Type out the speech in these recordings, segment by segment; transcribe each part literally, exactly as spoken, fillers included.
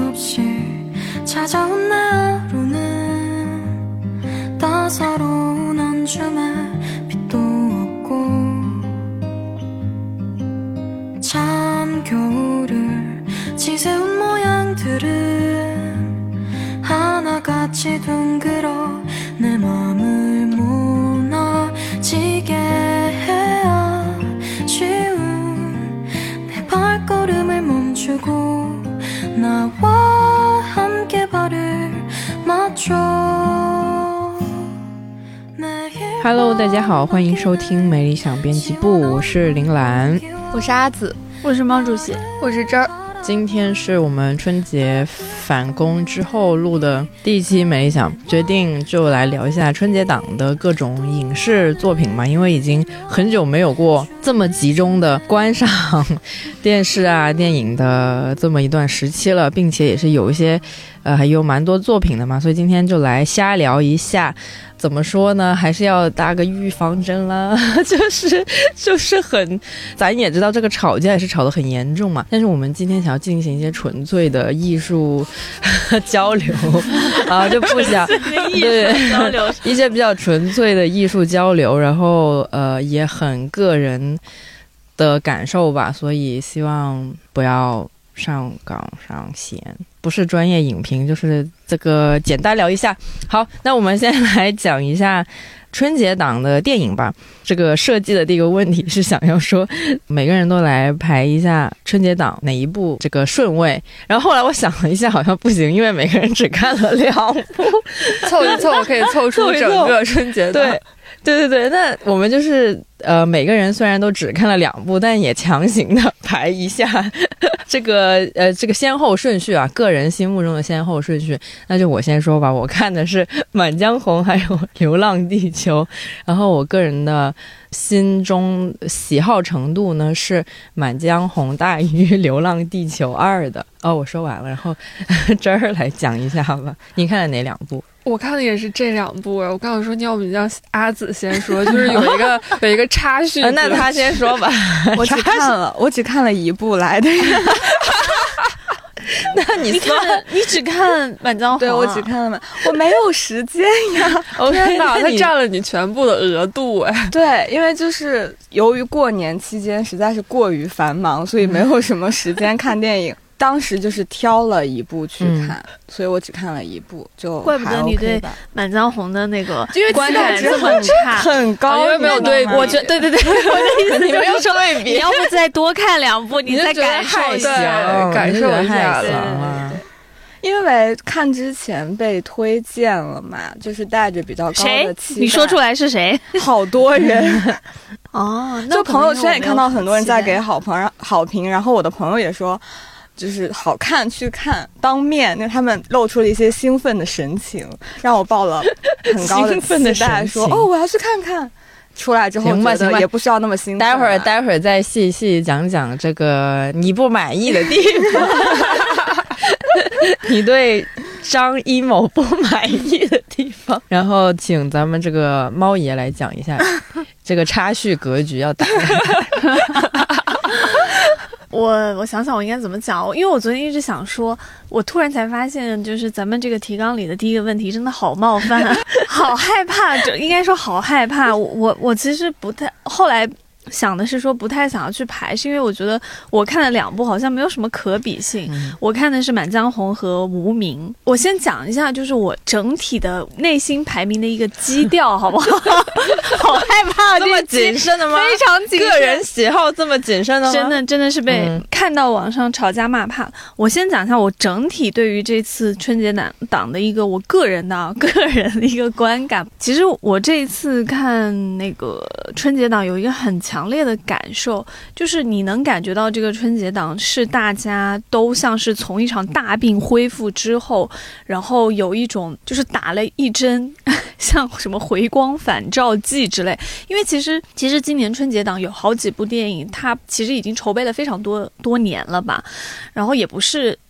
없이 찾아온 내 하루는 따사로운 안줌에 빛도 없고 참 겨울을 지새운 모양들은 하나같이 둥그러 내 맘을 무너지게 해야 쉬운 내 발걸음을 멈추고 나와 함께 발을 맞춰。 Hello， 大家好，欢迎收听没理想编辑部，我是林兰， 我是阿紫， 我是毛主席， 我是真儿。 今天是我们春节返工之后录的第一期没理想，决定就来聊一下春节档的各种影视作品嘛，因为已经很久没有过这么集中的观赏电视啊电影的这么一段时期了，并且也是有一些呃还有蛮多作品的嘛，所以今天就来瞎聊一下。怎么说呢，还是要搭个预防针啦，就是就是很，咱也知道这个吵架也是吵得很严重嘛，但是我们今天想要进行一些纯粹的艺术交流啊，就不想对交流一些比较纯粹的艺术交流，然后呃也很个人的感受吧，所以希望不要上纲上线，不是专业影评，就是这个简单聊一下。好，那我们先来讲一下春节档的电影吧。这个设计的第一个问题是想要说每个人都来排一下春节档哪一部这个顺位，然后后来我想了一下好像不行，因为每个人只看了两部凑一凑可以凑出整个春节档。 对对对对，那我们就是呃，每个人虽然都只看了两部，但也强行的排一下这个呃这个先后顺序啊，个人心目中的先后顺序。那就我先说吧，我看的是《满江红》还有《流浪地球》，然后我个人的心中喜好程度呢是《满江红》大于《流浪地球二》的。哦，我说完了，然后这儿来讲一下吧。你看了哪两部？ 我看的也是这两部。我刚想说，你要不你让阿紫先说，就是有一个有一个插叙、 啊。那他先说吧。 我只看了，我只看了一部来的。 那你你看，你只看《满江红》啊？对，我只看了满，我没有时间呀。 天哪，他占了你全部的额度哎。 对，因为就是由于过年期间实在是过于繁忙，所以没有什么时间看电影。当时就是挑了一部去看、嗯、所以我只看了一部，就怪不得你对《满江红》的那个观感这么差， 很高， 因为没有对比。 我觉对对对，我的意思你没有对比， 你要不再多看两部，你再感受一下，感受一下了。因为看之前被推荐了嘛，就是带着比较高的期待。 你说出来是谁？ 好多人哦， 就朋友圈也看到很多人在给好朋友好评，然后我的朋友也说。就是好看去看，当面那他们露出了一些兴奋的神情，让我抱了很高的期待，说哦我要去看看。出来之后觉得也不需要那么兴奋、啊、 待会儿待会儿再细细讲讲这个你不满意的地方你对张一某不满意的地方，然后请咱们这个猫爷来讲一下这个插叙格局要打我我想想我应该怎么讲，因为我昨天一直想说，我突然才发现，就是咱们这个提纲里的第一个问题真的好冒犯、啊，好害怕，就应该说好害怕。我我我其实不太，后来想的是说不太想要去排，是因为我觉得我看了两部好像没有什么可比性。嗯、我看的是《满江红》和《无名》。我先讲一下，就是我整体的内心排名的一个基调，好不好？好害怕， 这么谨慎的吗？ 非常谨慎， 个人喜好这么谨慎的吗？ 真的真的是被看到网上吵架骂怕。嗯、我先讲一下我整体对于这次春节档档的一个我个人的个人的一个观感。其实我这一次看那个春节档有一个很强烈的感受，就是你能感觉到这个春节档是大家都像是从一场大病恢复之后，然后有一种就是打了一针像什么回光返照剂之类。因为其实其实今年春节档有好几部电影它其实已经筹备了非常多多年了吧，然后也不是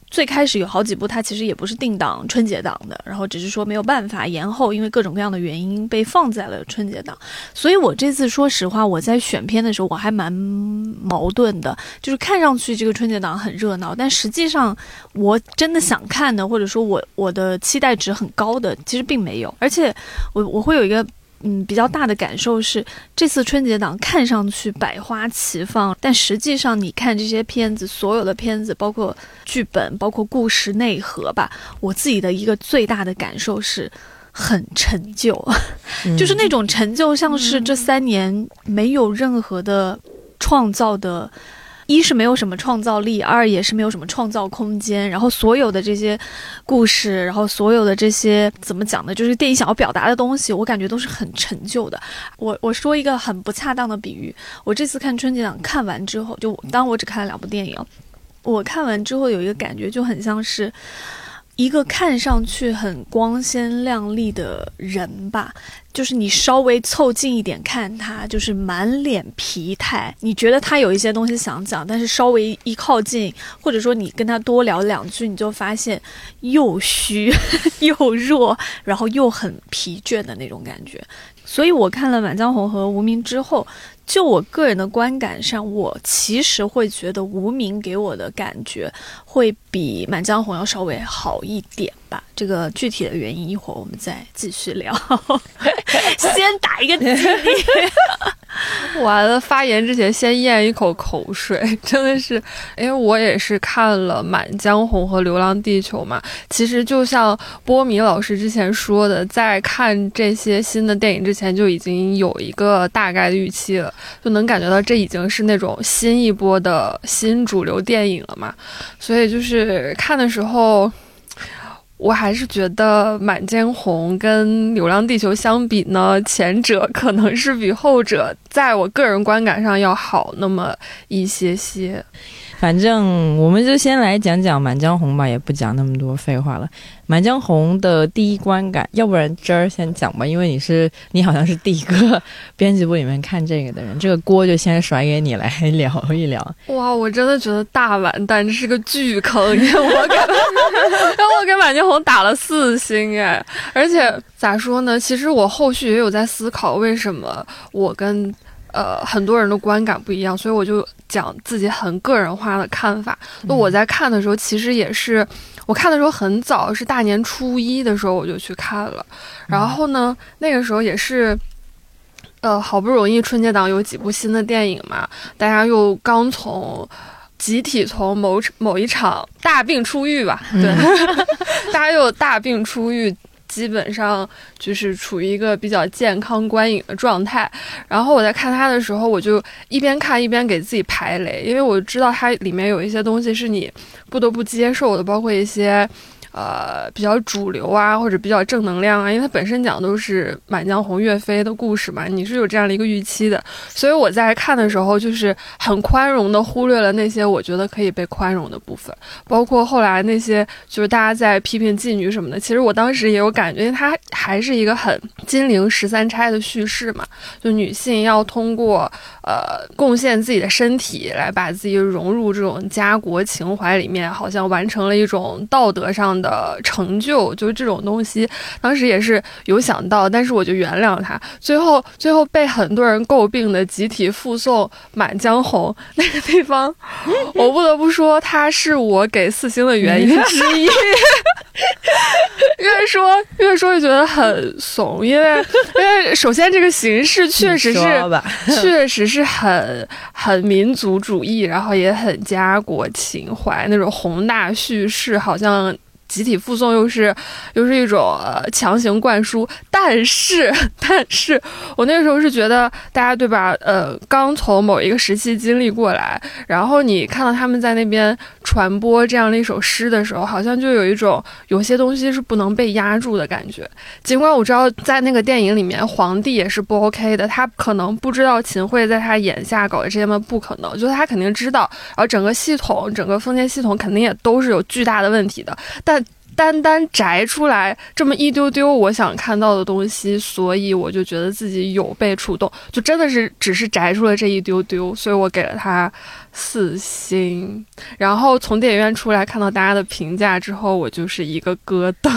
最开始有好几部它其实也不是定档春节档的，然后只是说没有办法延后，因为各种各样的原因被放在了春节档。所以我这次说实话，我在选片的时候我还蛮矛盾的，就是看上去这个春节档很热闹，但实际上我真的想看的，或者说我我的期待值很高的，其实并没有。而且我我会有一个嗯，比较大的感受是，这次春节档看上去百花齐放，但实际上你看这些片子，所有的片子，包括剧本，包括故事内核吧，我自己的一个最大的感受是很陈旧，嗯、就是那种陈旧，像是这三年没有任何的创造的。一是没有什么创造力，二也是没有什么创造空间，然后所有的这些故事，然后所有的这些怎么讲呢，就是电影想要表达的东西，我感觉都是很陈旧的。我我说一个很不恰当的比喻，我这次看春节档看完之后，就当我只看了两部电影，我看完之后有一个感觉就很像是一个看上去很光鲜亮丽的人吧，就是你稍微凑近一点看他，就是满脸疲态，你觉得他有一些东西想讲，但是稍微一靠近，或者说你跟他多聊两句，你就发现又虚又弱，然后又很疲倦的那种感觉。所以我看了《满江红》和《无名》之后，就我个人的观感上，我其实会觉得《无名》给我的感觉会比《满江红》要稍微好一点吧。这个具体的原因一会儿我们再继续聊。先打一个激励。 完了，发言之前先咽一口口水，真的是，因为我也是看了《满江红》和《流浪地球》嘛。其实就像波米老师之前说的，在看这些新的电影之前就已经有一个大概的预期了，就能感觉到这已经是那种新一波的新主流电影了嘛。所以就是看的时候，我还是觉得《满江红》跟《流浪地球》相比呢，前者可能是比后者在我个人观感上要好那么一些些。 反正我们就先来讲讲《满江红》吧，也不讲那么多废话了。《满江红》的第一观感，要不然这儿先讲吧，因为你是你好像是第一个编辑部里面看这个的人，这个锅就先甩给你来聊一聊。 哇，我真的觉得大完蛋，这是个巨坑，因为我给我给《满江红》打了四星哎，而且咋说呢？其实我后续也有在思考，为什么我跟呃，很多人的观感不一样，所以我就讲自己很个人化的看法。那、嗯、我在看的时候，其实也是我看的时候很早，是大年初一的时候我就去看了。然后呢，嗯、那个时候也是，呃，好不容易春节档有几部新的电影嘛，大家又刚从集体从某某一场大病初愈吧，对，嗯、大家又有大病初愈。基本上就是处于一个比较健康观影的状态，然后我在看它的时候，我就一边看一边给自己排雷，因为我知道它里面有一些东西是你不得不接受的，包括一些呃比较主流啊，或者比较正能量啊，因为它本身讲都是满江红岳飞的故事嘛，你是有这样的一个预期的，所以我在看的时候就是很宽容的忽略了那些我觉得可以被宽容的部分，包括后来那些就是大家在批评妓女什么的，其实我当时也有感觉，因为它还是一个很金陵十三钗的叙事嘛，就女性要通过呃贡献自己的身体来把自己融入这种家国情怀里面，好像完成了一种道德上的成就，就是这种东西当时也是有想到，但是我就原谅他。最后最后被很多人诟病的集体附送《满江红》那个地方，我不得不说它是我给四星的原因之一。越说越说就觉得很怂，因为因为首先这个形式确实是确实是很很民族主义，然后也很家国情怀那种宏大叙事，好像集体附送又是又是一种呃强行灌输，但是但是我那个时候是觉得大家对吧，呃，刚从某一个时期经历过来，然后你看到他们在那边传播这样的一首诗的时候，好像就有一种有些东西是不能被压住的感觉。尽管我知道在那个电影里面皇帝也是不 OK 的，他可能不知道秦桧在他眼下搞的这些嘛，不可能，就是他肯定知道，然后整个系统整个封建系统肯定也都是有巨大的问题的，但单单摘出来这么一丢丢我想看到的东西，所以我就觉得自己有被触动，就真的是只是摘出了这一丢丢，所以我给了它四星。然后从电影院出来看到大家的评价之后，我就是一个咯噔。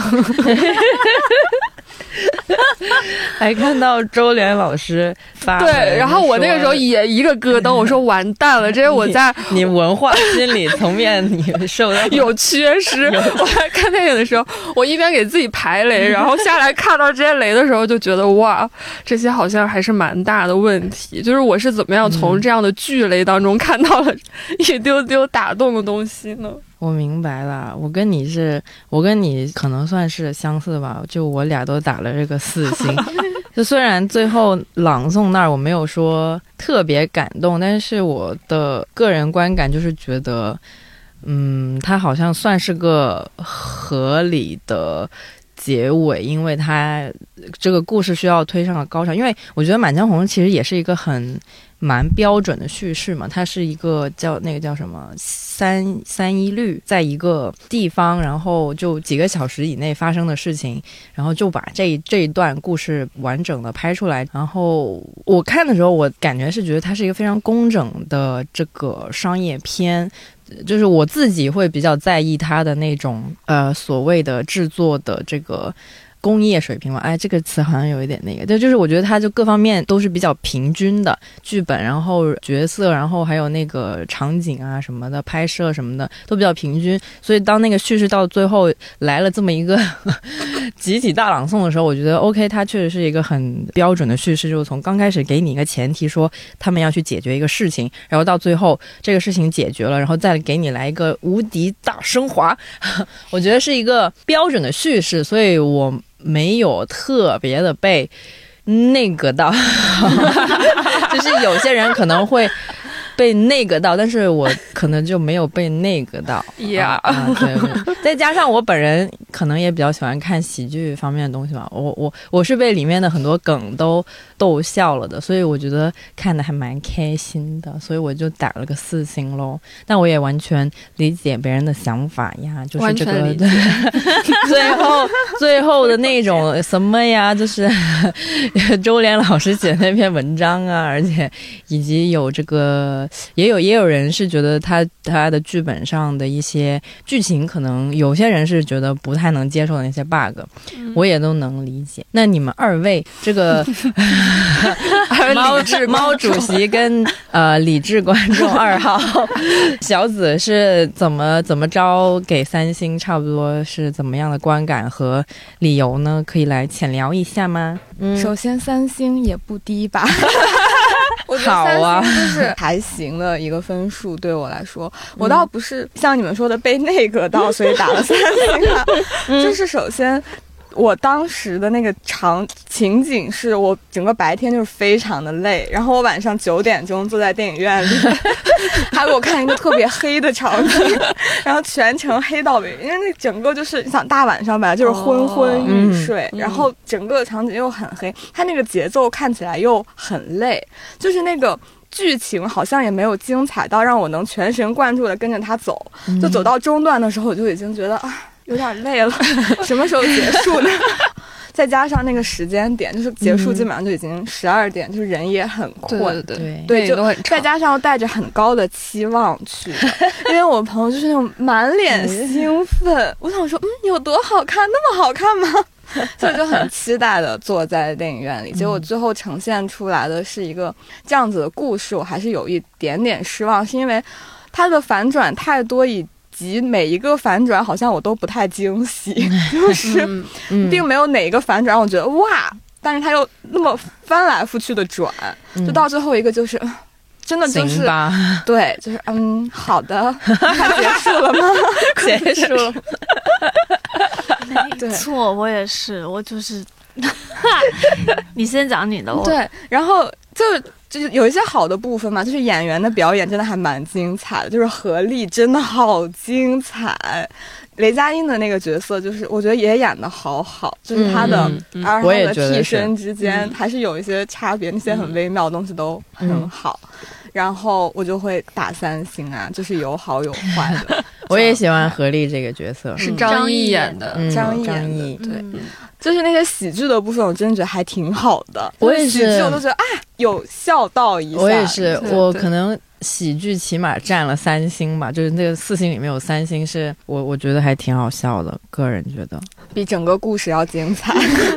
还看到周濂老师发文， 对，然后我那个时候也一个咯噔，我说完蛋了，这是我在你, 你文化心理层面你受到有缺失。我在看电影的时候，我一边给自己排雷，然后下来看到这些雷的时候，就觉得哇，这些好像还是蛮大的问题。就是我是怎么样从这样的巨雷当中看到了一丢丢打动的东西呢？ 我明白了，我跟你是，我跟你可能算是相似吧，就我俩都打了这个四星。就虽然最后朗诵那儿我没有说特别感动，但是我的个人观感就是觉得，嗯，它好像算是个合理的结尾，因为它这个故事需要推上了高潮。因为我觉得《满江红》其实也是一个很蛮标准的叙事嘛，它是一个叫那个叫什么三三一律，在一个地方，然后就几个小时以内发生的事情，然后就把这这一段故事完整的拍出来。然后我看的时候，我感觉是觉得它是一个非常工整的这个商业片。就是我自己会比较在意它的那种呃所谓的制作的这个工业水平嘛，哎，这个词好像有一点那个，就就是我觉得它就各方面都是比较平均的，剧本，然后角色，然后还有那个场景啊什么的，拍摄什么的都比较平均。所以当那个叙事到最后来了这么一个集体大朗诵的时候，我觉得 OK， 它确实是一个很标准的叙事，就是从刚开始给你一个前提说他们要去解决一个事情，然后到最后这个事情解决了，然后再给你来一个无敌大升华，我觉得是一个标准的叙事，所以我没有特别的被那个到就是有些人可能会被那个到，但是我可能就没有被那个到呀、 yeah. 啊, 啊对对，再加上我本人可能也比较喜欢看喜剧方面的东西吧，我我我是被里面的很多梗都逗笑了的，所以我觉得看的还蛮开心的，所以我就打了个四星咯。但我也完全理解别人的想法呀，就是这个最后最后的那种什么呀，就是周濂老师写那篇文章啊，而且以及有这个也有也有人是觉得他他的剧本上的一些剧情可能有些人是觉得不太能接受的那些 bug、嗯、我也都能理解。那你们二位这个猫猫主席跟呃理智观众二号小紫是怎么怎么着给三星，差不多是怎么样的观感和理由呢？可以来浅聊一下吗？ 嗯，首先三星也不低吧。我觉得三星就是还行的一个分数，对我来说，我倒不是像你们说的被那个到，所以打了三星啊。就是首先，我当时的那个场情景是我整个白天就是非常的累，然后我晚上九点钟坐在电影院里，还给我看一个特别黑的场景，然后全程黑到尾，因为那整个就是你想大晚上吧，就是昏昏欲睡、哦嗯，然后整个场景又很黑，它那个节奏看起来又很累，就是那个剧情好像也没有精彩到让我能全神贯注的跟着它走，就走到中段的时候我就已经觉得啊有点累了，什么时候结束呢？再加上那个时间点，就是结束基本上就已经十二点、嗯，就是人也很困， 对对对，就再加上带着很高的期望去的，因为我朋友就是那种满脸兴奋，我想说，嗯，有多好看，那么好看吗？所以就很期待的坐在电影院里，结果最后呈现出来的是一个这样子的故事，我还是有一点点失望，是因为它的反转太多，以及每一个反转好像我都不太惊喜，就是并没有哪一个反转让我觉得哇，但是它又那么翻来覆去的转，就到最后一个就是真的就是对，就是嗯，好的，它结束了吗？结束了。 没错，我也是，我就是你先讲你的。 对，然后就就是有一些好的部分嘛，就是演员的表演真的还蛮精彩的，就是何丽真的好精彩，雷佳音的那个角色就是我觉得也演得好好，就是他的二号的替身之间还是有一些差别，那些很微妙的东西都很好、嗯、然后我就会打三星啊，就是有好有坏的我也喜欢何丽这个角色， 是张译演的， 嗯、 张译张译对。 嗯就是那些喜剧的部分，我真的觉得还挺好的。 我也是， 喜剧我都觉得啊，有笑到一下。 我也是，我对可能喜剧起码占了三星吧，就是那个四星里面有三星是我我觉得还挺好笑的，个人觉得比整个故事要精彩。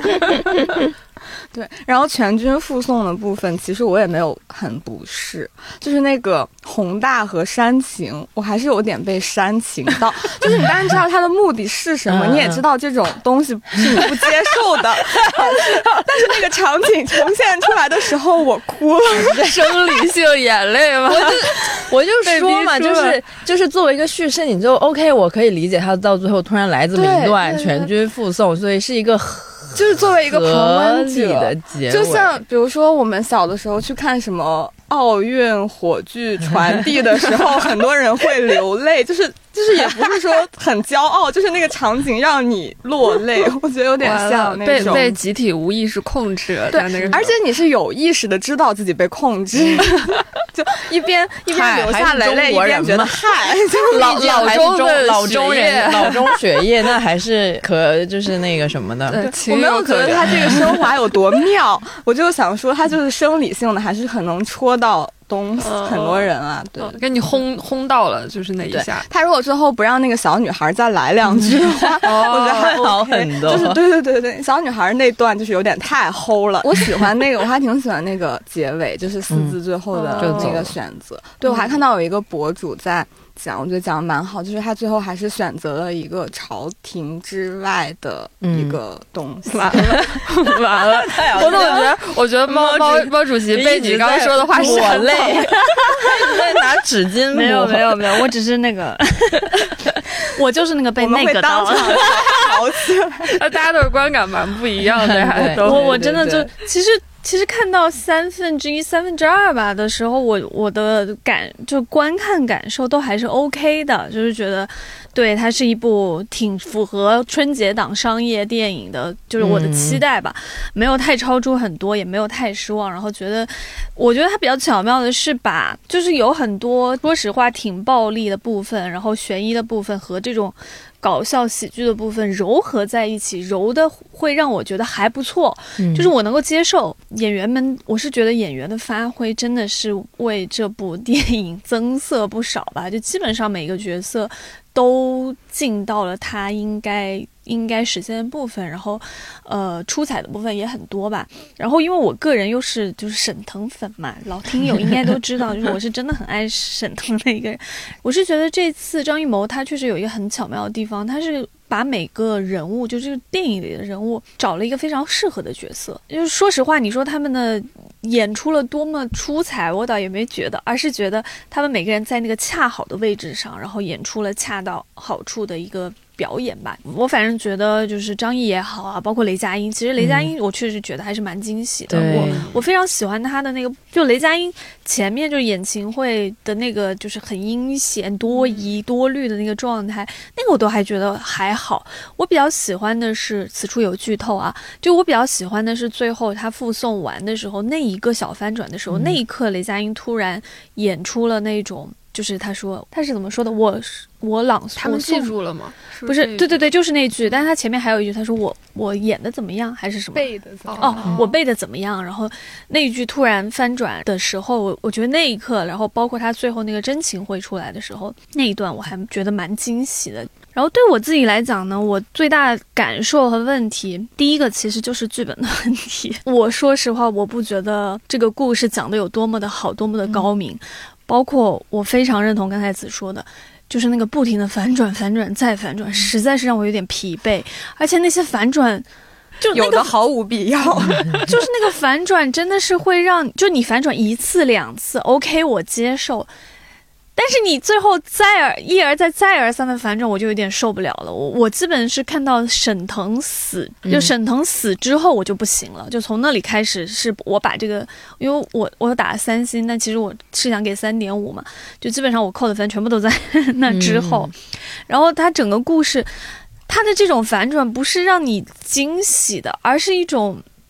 对，然后全军覆送的部分，其实我也没有很不适，就是那个宏大和煽情，我还是有点被煽情到。就是你当然知道他的目的是什么， 嗯、 你也知道这种东西是你不接受的，但是但是那个场景呈现出来的时候，我哭了， 生理性眼泪吗？ 我就我就说嘛，就是就是作为一个叙事，你就 OK， 我可以理解他到最后突然来这么一段全军覆送，所以是一个。 就是作为一个旁观者的结尾， 就像比如说我们小的时候去看什么奥运火炬传递的时候，很多人会流泪，就是就是也不是说很骄傲，就是那个场景让你落泪，我觉得有点像那种被被集体无意识控制了。 对， 那个而且你是有意识的知道自己被控制，就一边一边流下泪泪，一边觉得嗨，就老老中的老中人老中血液，那还是可就是那个什么的。 我没有觉得他这个升华有多妙，我就想说他就是生理性的，还是很能戳到东西、嗯、很多人啊，对， 嗯、给你轰轰到了，就是那一下。 他如果最后不让那个小女孩再来两句的话， 哦、 我觉得还好很多。 就是对对对对，小女孩那段就是有点太齁了。我喜欢那个，我还挺喜欢那个结尾，就是四字最后的那个选择。嗯、对，我还看到有一个博主在讲，我觉得讲的蛮好，就是他最后还是选择了一个朝廷之外的一个东西。 完了，完了！我怎么觉得？我觉得猫猫猫主席被你刚刚说的话抹泪，在拿纸巾。 没有没有没有，我只是那个，我就是那个被那个到了。 好起来，大家都是观感蛮不一样的，还都我我真的就其实。其实看到三分之一、三分之二吧的时候，我我的感就观看感受都还是 OK 的，就是觉得，对，它是一部挺符合春节档商业电影的，就是我的期待吧，嗯、没有太超出很多，也没有太失望。然后觉得，我觉得它比较巧妙的是把，就是有很多说实话挺暴力的部分，然后悬疑的部分和这种搞笑喜剧的部分糅合在一起，揉的会让我觉得还不错，嗯、就是我能够接受。演员们，我是觉得演员的发挥真的是为这部电影增色不少吧，就基本上每个角色都尽到了他应该应该实现的部分，然后呃出彩的部分也很多吧。然后因为我个人又是就是沈腾粉嘛，老听友应该都知道，就是我是真的很爱沈腾的一个人。我是觉得这次张艺谋他确实有一个很巧妙的地方，他是把每个人物，就是电影里的人物，找了一个非常适合的角色。就是说实话，你说他们的演出了多么出彩，我倒也没觉得，而是觉得他们每个人在那个恰好的位置上，然后演出了恰到好处的一个表演吧。我反正觉得就是张译也好啊，包括雷佳音，其实雷佳音我确实觉得还是蛮惊喜的。嗯、我我非常喜欢他的那个，就雷佳音前面就是演秦桧的那个，就是很阴险、多疑、多虑的那个状态，那个我都还觉得还好。我比较喜欢的是，此处有剧透啊，就我比较喜欢的是最后他附送完的时候那一个小翻转的时候，嗯、那一刻雷佳音突然演出了那种。就是他说他是怎么说的？我我朗诵， 他们记住了吗？ 不是，对对对，就是那句。但是他前面还有一句，他说我我演的怎么样，还是什么背的怎么样？哦，我背的怎么样？然后那一句突然翻转的时候，我我觉得那一刻，然后包括他最后那个真情会出来的时候，那一段我还觉得蛮惊喜的。然后对我自己来讲呢，我最大的感受和问题，第一个其实就是剧本的问题。我说实话，我不觉得这个故事讲得有多么的好，多么的高明。嗯包括我非常认同刚才子说的，就是那个不停的反转、反转再反转，实在是让我有点疲惫。而且那些反转，就、那个、 有的毫无必要， 就是那个反转真的是会让，就你反转一次两次 ，OK， 我接受。但是你最后再而一而再再而三的反转，我就有点受不了了。我我基本是看到沈腾死，就沈腾死之后我就不行了，嗯、就从那里开始是我把这个，因为我我打了三星，但其实我是想给三点五嘛，就基本上我扣的分全部都在那之后。嗯、然后他整个故事，他的这种反转不是让你惊喜的，而是一种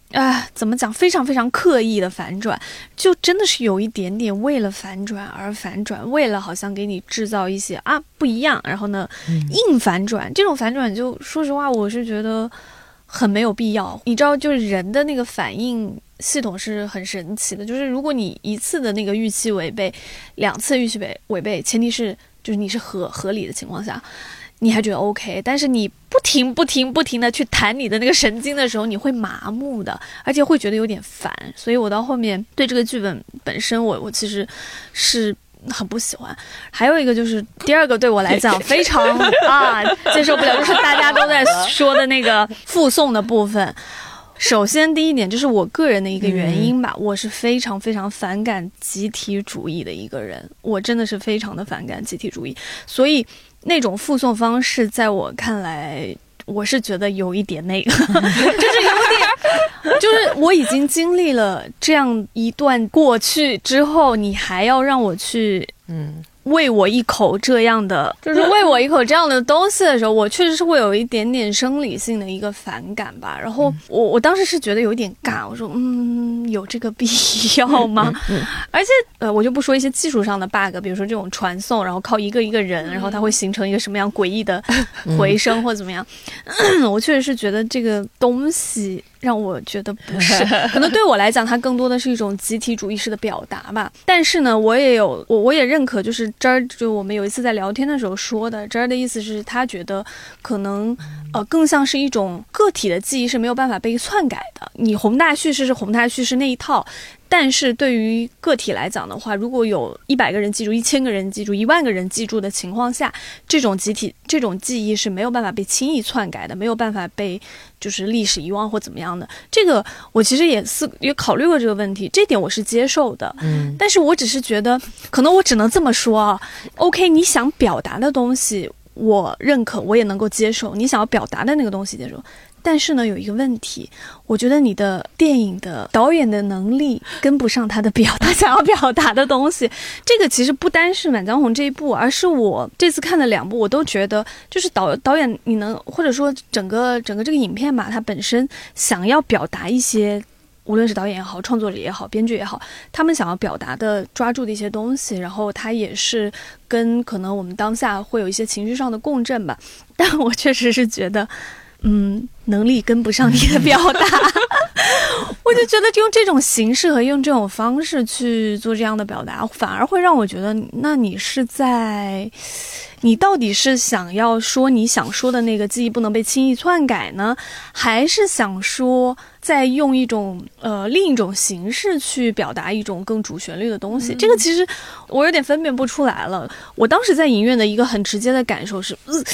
啊，怎么讲？非常非常刻意的反转，就真的是有一点点为了反转而反转，为了好像给你制造一些啊不一样，然后呢、嗯、硬反转。这种反转就说实话，我是觉得很没有必要。你知道，就是人的那个反应系统是很神奇的，就是如果你一次的那个预期违背，两次预期违违背，前提是就是你是合合理的情况下。你还觉得 OK， 但是你不停不停不停的去弹你的那个神经的时候，你会麻木的，而且会觉得有点烦。所以我到后面对这个剧本本身我，我我其实是很不喜欢。还有一个就是第二个对我来讲非常啊接受不了，就是大家都在说的那个附送的部分。首先第一点就是我个人的一个原因吧、嗯、我是非常非常反感集体主义的一个人，我真的是非常的反感集体主义，所以那种附送方式在我看来我是觉得有一点那个就是有点就是我已经经历了这样一段过去之后，你还要让我去嗯喂我一口这样的，就是喂我一口这样的东西的时候，我确实是会有一点点生理性的一个反感吧。然后我我当时是觉得有一点尬，我说嗯，有这个必要吗？而且呃，我就不说一些技术上的 bug， 比如说这种传送，然后靠一个一个人，然后它会形成一个什么样诡异的回声或者怎么样。我确实是觉得这个东西让我觉得不是，可能对我来讲，它更多的是一种集体主义式的表达吧。但是呢，我也有我我也认可，就是这儿就我们有一次在聊天的时候说的，这儿的意思是他觉得可能呃更像是一种个体的记忆是没有办法被篡改的。你宏大叙事是宏大叙事那一套。但是对于个体来讲的话，如果有一百个人记住、一千个人记住、一万个人记住的情况下，这种集体、这种记忆是没有办法被轻易篡改的，没有办法被就是历史遗忘或怎么样的。这个我其实也是也考虑过这个问题，这点我是接受的。嗯，但是我只是觉得，可能我只能这么说啊。OK， 你想表达的东西我认可，我也能够接受，你想要表达的那个东西接受。但是呢，有一个问题，我觉得你的电影的导演的能力跟不上他的表达想要表达的东西。这个其实不单是《满江红》这一部，而是我这次看的两部，我都觉得就是导导演你能或者说整个整个这个影片吧，它本身想要表达一些，无论是导演也好，创作者也好，编剧也好，他们想要表达的抓住的一些东西，然后它也是跟可能我们当下会有一些情绪上的共振吧。但我确实是觉得。嗯，能力跟不上你的表达，我就觉得用这种形式和用这种方式去做这样的表达，反而会让我觉得，那你是在，你到底是想要说你想说的那个记忆不能被轻易篡改呢，还是想说再用一种呃另一种形式去表达一种更主旋律的东西？嗯、这个其实我有点分辨不出来了。我当时在影院的一个很直接的感受是，呃。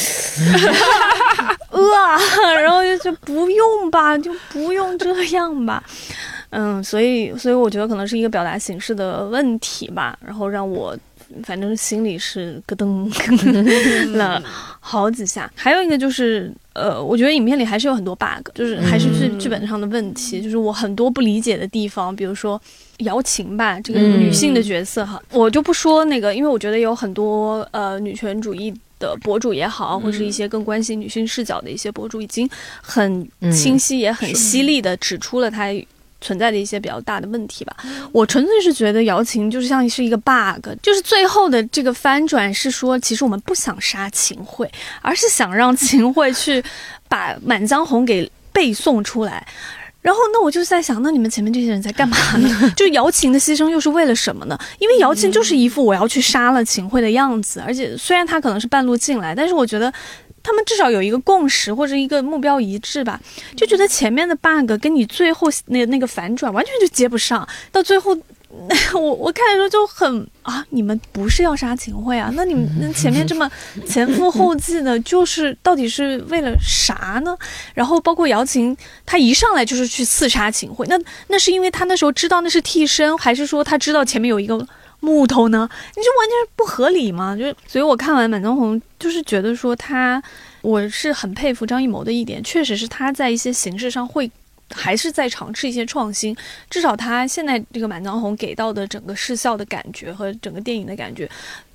呃，然后就就不用吧，就不用这样吧，嗯，所以所以我觉得可能是一个表达形式的问题吧，然后让我反正心里是咯噔咯噔了好几下。还有一个就是呃，我觉得影片里还是有很多 bug， 就是还是剧剧本上的问题，就是我很多不理解的地方，比如说姚琴吧，这个女性的角色哈，嗯、我就不说那个，因为我觉得有很多呃女权主义的博主也好，或是一些更关心女性视角的一些博主，已经很清晰也很犀利的指出了它存在的一些比较大的问题吧。我纯粹是觉得姚琴就是像是一个 bug， 就是最后的这个翻转是说，其实我们不想杀秦桧，而是想让秦桧去把《满江红》给背诵出来。然后那我就在想，那你们前面这些人在干嘛呢？就姚琴的牺牲又是为了什么呢？因为姚琴就是一副我要去杀了秦桧的样子，而且虽然他可能是半路进来，但是我觉得他们至少有一个共识或者一个目标一致吧。就觉得前面的 bug 跟你最后那那个反转完全就接不上，到最后我我看的时候就很啊，你们不是要杀秦桧啊？那你们那前面这么前赴后继的，就是到底是为了啥呢？然后包括姚琴，他一上来就是去刺杀秦桧，那那是因为他那时候知道那是替身，还是说他知道前面有一个木头呢？你就完全是不合理嘛？就所以我看完《满江红》，就是觉得说他，我是很佩服张艺谋的一点，确实是他在一些形式上会。还是在尝试一些创新，至少他现在这个《满江红》给到的整个视效的感觉和整个电影的感觉，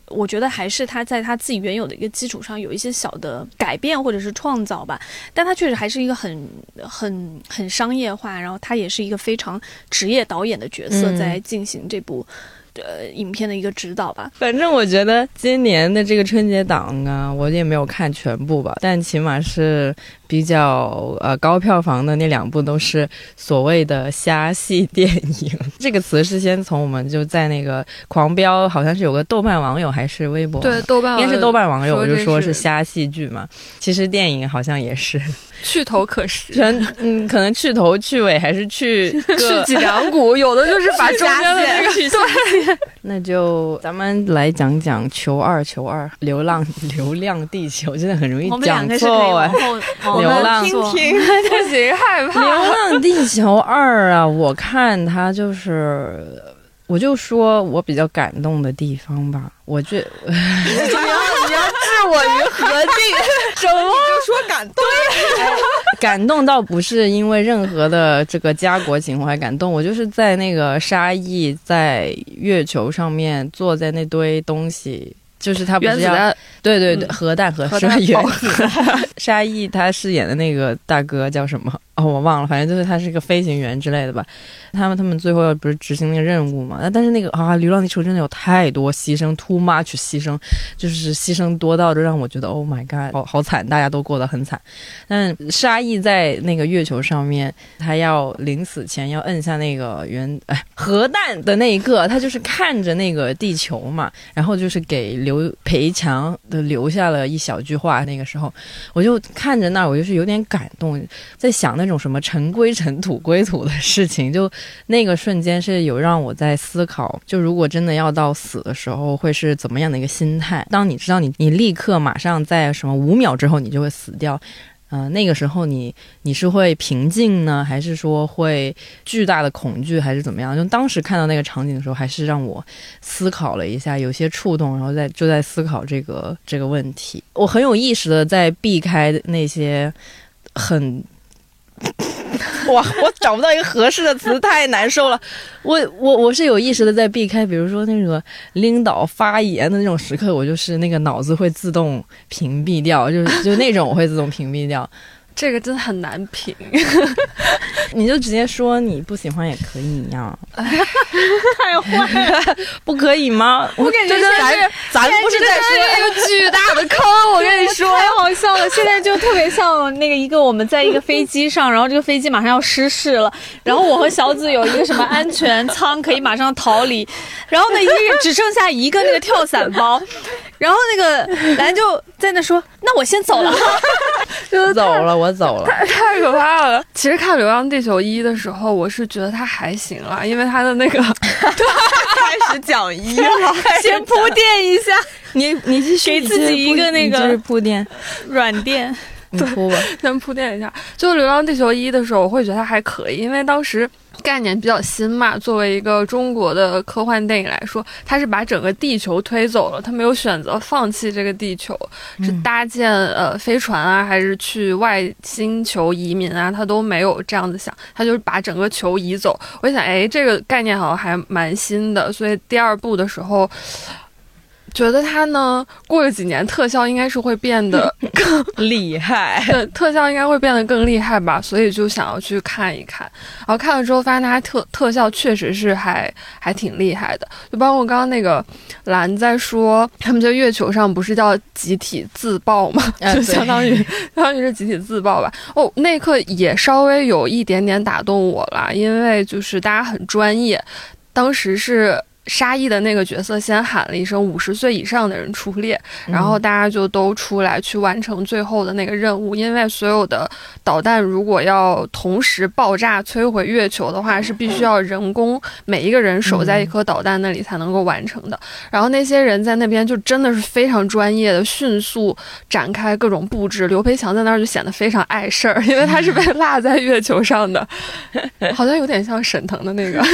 我觉得还是他在他自己原有的一个基础上有一些小的改变或者是创造吧，但他确实还是一个很很很商业化，然后他也是一个非常职业导演的角色在进行这部、嗯、呃影片的一个指导吧。 反正我觉得今年的这个春节档啊，我也没有看全部吧，但起码是比较呃高票房的那两部都是所谓的虾系电影。这个词是先从我们就在那个狂飙，好像是有个豆瓣网友还是微博， 对，豆瓣应该是豆瓣网友就说是是虾戏剧嘛，其实电影好像也是去头可食， 全嗯可能去头去尾还是去去脊梁骨，有的就是把中间的那个对。 那就咱们来讲讲球二球二流浪流浪地球，真的很容易讲错哎。流浪听听不行，害怕。 流浪地球二啊，我看它就是，我就说我比较感动的地方吧，我觉你要你要置我于何地？什么？ 就说感动， 感动倒不是因为任何的这个家国情怀感动，我就是在那个沙溢在月球上面坐在那堆东西。就是他不是要原子弹， 对对对， 嗯核弹核核弹原子弹。沙溢他饰演的那个大哥叫什么？哦，我忘了，反正就是他是个飞行员之类的吧。他们他们最后不是执行那个任务嘛？但是那个啊，流浪地球真的有太多牺牲 ，too much 牺牲，就是牺牲多到就让我觉得 ，Oh my god， 好好惨，大家都过得很惨。但沙溢在那个月球上面，他要临死前要摁下那个原哎核弹的那一刻，他就是看着那个地球嘛，然后就是给刘培强的留下了一小句话。那个时候，我就看着那儿，我就是有点感动，在想那种什么尘归尘，土归土的事情。就那个瞬间是有让我在思考，就如果真的要到死的时候，会是怎么样的一个心态？当你知道你你立刻马上在什么五秒之后你就会死掉。呃，那个时候你你是会平静呢，还是说会巨大的恐惧，还是怎么样？就当时看到那个场景的时候，还是让我思考了一下，有些触动，然后在就在思考这个这个问题。我很有意识的在避开那些很。哇，我找不到一个合适的词，太难受了。我我我是有意识的在避开，比如说那个领导发言的那种时刻，我就是那个脑子会自动屏蔽掉，就就那种我会自动屏蔽掉。 这个真的很难评。 你就直接说你不喜欢也可以呀。太坏了，不可以吗？我感觉咱咱不是在说一个巨大的坑，我跟你说， 太好笑了。现在就特别像那个一个我们在一个飞机上，然后这个飞机马上要失事了，然后我和小紫有一个什么安全舱可以马上逃离，然后呢，一个人只剩下一个那个跳伞包，然后那个兰就在那说：“那我先走了。” 就走了，我走了， 太太可怕了。其实看《流浪地球一》的时候，我是觉得它还行啦，因为它的那个开始讲一了， 先铺垫一下， 你你继续给自己一个那个就是铺垫软垫。 你铺吧， 先铺垫一下。就《流浪地球一》的时候，我会觉得它还可以，因为当时概念比较新嘛。作为一个中国的科幻电影来说，它是把整个地球推走了，它没有选择放弃这个地球，是搭建呃飞船啊，还是去外星球移民啊，它都没有这样子想，它就是把整个球移走。我想，哎，这个概念好像还蛮新的，所以第二部的时候。觉得它呢，过了几年特效应该是会变得更厉害， 对，特效应该会变得更厉害吧，所以就想要去看一看。然后看了之后发现它特特效确实是还还挺厉害的，就包括刚刚那个兰在说，他们在月球上不是叫集体自爆吗？ 啊、 就相当于相当于是集体自爆吧。哦，那一刻也稍微有一点点打动我啦，因为就是大家很专业，当时是。沙溢的那个角色先喊了一声五十岁以上的人出列，然后大家就都出来去完成最后的那个任务。因为所有的导弹如果要同时爆炸摧毁月球的话，是必须要人工每一个人守在一颗导弹那里才能够完成的。然后那些人在那边就真的是非常专业的迅速展开各种布置。刘培强在那儿就显得非常碍事儿，因为他是被落在月球上的，好像有点像沈腾的那个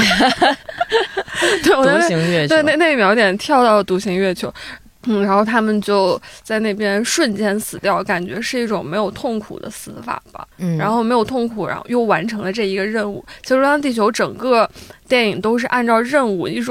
对，我独行月球， 对，那那一秒有点跳到独行月球，嗯，然后他们就在那边瞬间死掉，感觉是一种没有痛苦的死法吧。嗯，然后没有痛苦，然后又完成了这一个任务。其实《流浪地球》整个电影都是按照任务一种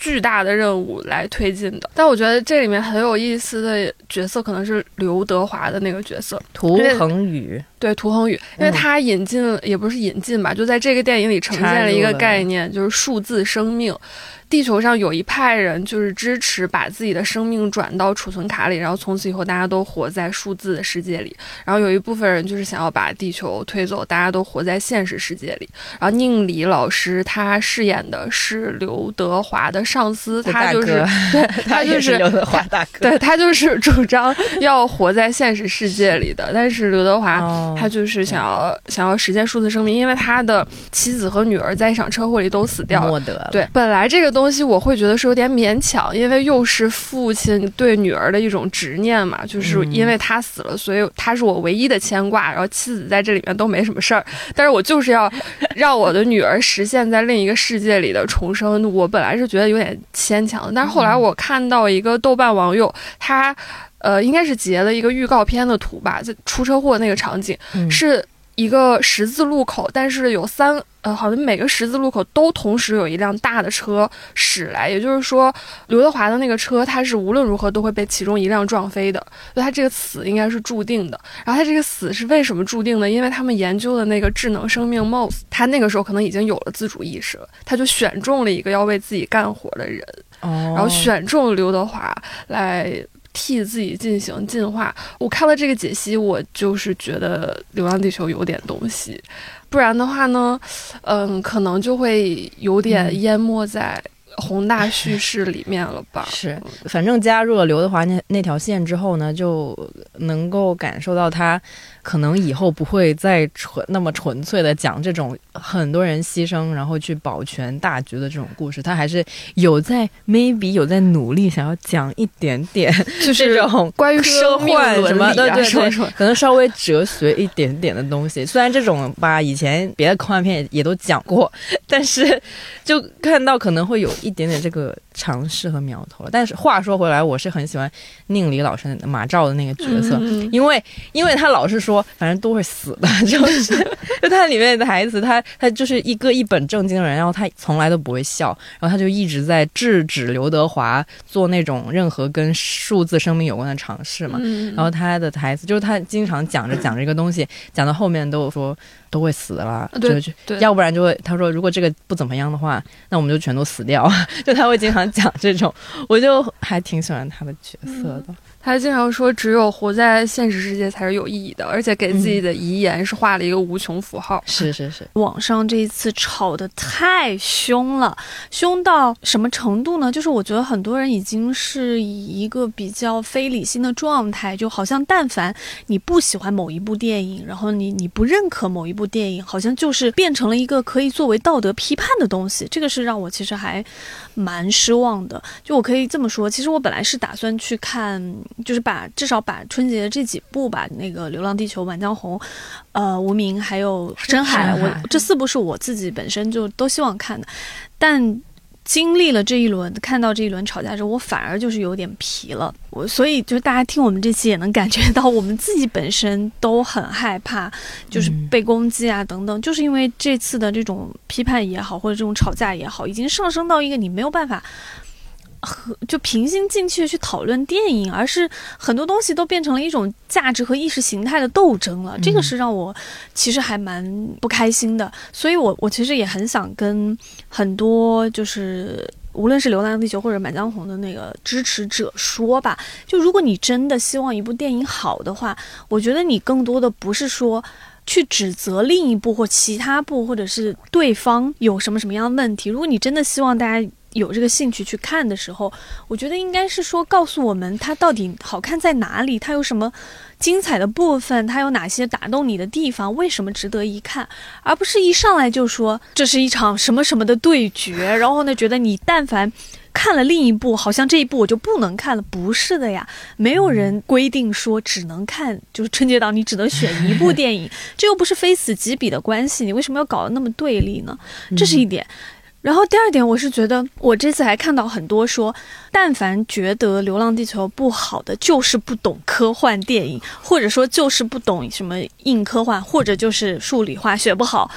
巨大的任务来推进的。但我觉得这里面很有意思的角色可能是刘德华的那个角色涂恒宇， 对，涂恒宇，因为他引进了、嗯、也不是引进吧，就在这个电影里呈现了一个概念，就是数字生命。地球上有一派人就是支持把自己的生命转到储存卡里，然后从此以后大家都活在数字的世界里，然后有一部分人就是想要把地球推走，大家都活在现实世界里。然后宁理老师他饰演的是刘德华的上司，他就是对他就是刘德华大哥， 对他就是主张要活在现实世界里的，但是刘德华、哦、他就是想要想要实现数字生命，因为他的妻子和女儿在一场车祸里都死掉了。对，本来这个东西我会觉得是有点勉强，因为又是父亲对女儿的一种执念嘛，就是因为他死了，所以他是我唯一的牵挂，然后妻子在这里面都没什么事儿，但是我就是要让我的女儿实现在另一个世界里的重生。我本来是觉得有点牵强，但是后来我看到一个豆瓣网友，他呃应该是截了一个预告片的图吧，在出车祸那个场景、嗯、是一个十字路口，但是有三呃，好像每个十字路口都同时有一辆大的车驶来，也就是说刘德华的那个车他是无论如何都会被其中一辆撞飞的，所以他这个死应该是注定的。然后他这个死是为什么注定的？因为他们研究的那个智能生命 M O S， 他那个时候可能已经有了自主意识了，他就选中了一个要为自己干活的人、哦、然后选中了刘德华来替自己进行进化。我看了这个解析，我就是觉得《流浪地球》有点东西，不然的话呢，嗯，可能就会有点淹没在宏大叙事里面了吧。 是，反正加入了刘德华那那条线之后呢，就能够感受到他可能以后不会再纯那么纯粹的讲这种很多人牺牲然后去保全大局的这种故事，他还是有在 maybe 有在努力想要讲一点点就是这种关于生命伦理什么的，对对对， 可能稍微哲学一点点的东西。虽然这种吧以前别的科幻片也都讲过，但是就看到可能会有一点点这个尝试和苗头了。但是话说回来，我是很喜欢宁理老师马照的那个角色、嗯、因为因为他老是说反正都会死的，就是就他里面的台词，他他就是一个一本正经的人，然后他从来都不会笑，然后他就一直在制止刘德华做那种任何跟数字生命有关的尝试嘛、嗯、然后他的台词就是他经常讲着讲着一个东西讲到后面都说都会死了， 对就对， 要不然就会他说如果这个不怎么样的话那我们就全都死掉，就他会经常讲这种，我就还挺喜欢他的角色的、嗯， 他经常说只有活在现实世界才是有意义的，而且给自己的遗言是画了一个无穷符号、 嗯、是是是。 网上这一次吵得太凶了，凶到什么程度呢？就是我觉得很多人已经是以一个比较非理性的状态，就好像但凡你不喜欢某一部电影，然后你你不认可某一部电影，好像就是变成了一个可以作为道德批判的东西，这个是让我其实还蛮失望的。就我可以这么说，其实我本来是打算去看，就是把至少把春节这几部吧，那个《流浪地球》、《满江红》、呃，《无名》还有《深海》，我这四部是我自己本身就都希望看的，但经历了这一轮，看到这一轮吵架之后，我反而就是有点疲了。我所以就大家听我们这期也能感觉到，我们自己本身都很害怕，就是被攻击啊等等，嗯、就是因为这次的这种批判也好，或者这种吵架也好，已经上升到一个你没有办法和就平心静气的去讨论电影，而是很多东西都变成了一种价值和意识形态的斗争了。这个是让我其实还蛮不开心的，所以我我其实也很想跟很多就是无论是《流浪地球》或者《满江红》的那个支持者说吧，就如果你真的希望一部电影好的话，我觉得你更多的不是说去指责另一部或其他部或者是对方有什么什么样的问题。如果你真的希望大家有这个兴趣去看的时候，我觉得应该是说告诉我们它到底好看在哪里，它有什么精彩的部分，它有哪些打动你的地方，为什么值得一看，而不是一上来就说这是一场什么什么的对决，然后呢觉得你但凡看了另一部好像这一部我就不能看了。不是的呀，没有人规定说只能看，就是春节档你只能选一部电影这又不是非此即彼的关系，你为什么要搞得那么对立呢？这是一点。然后第二点，我是觉得我这次还看到很多说但凡觉得《流浪地球》不好的就是不懂科幻电影，或者说就是不懂什么硬科幻，或者就是数理化学不好。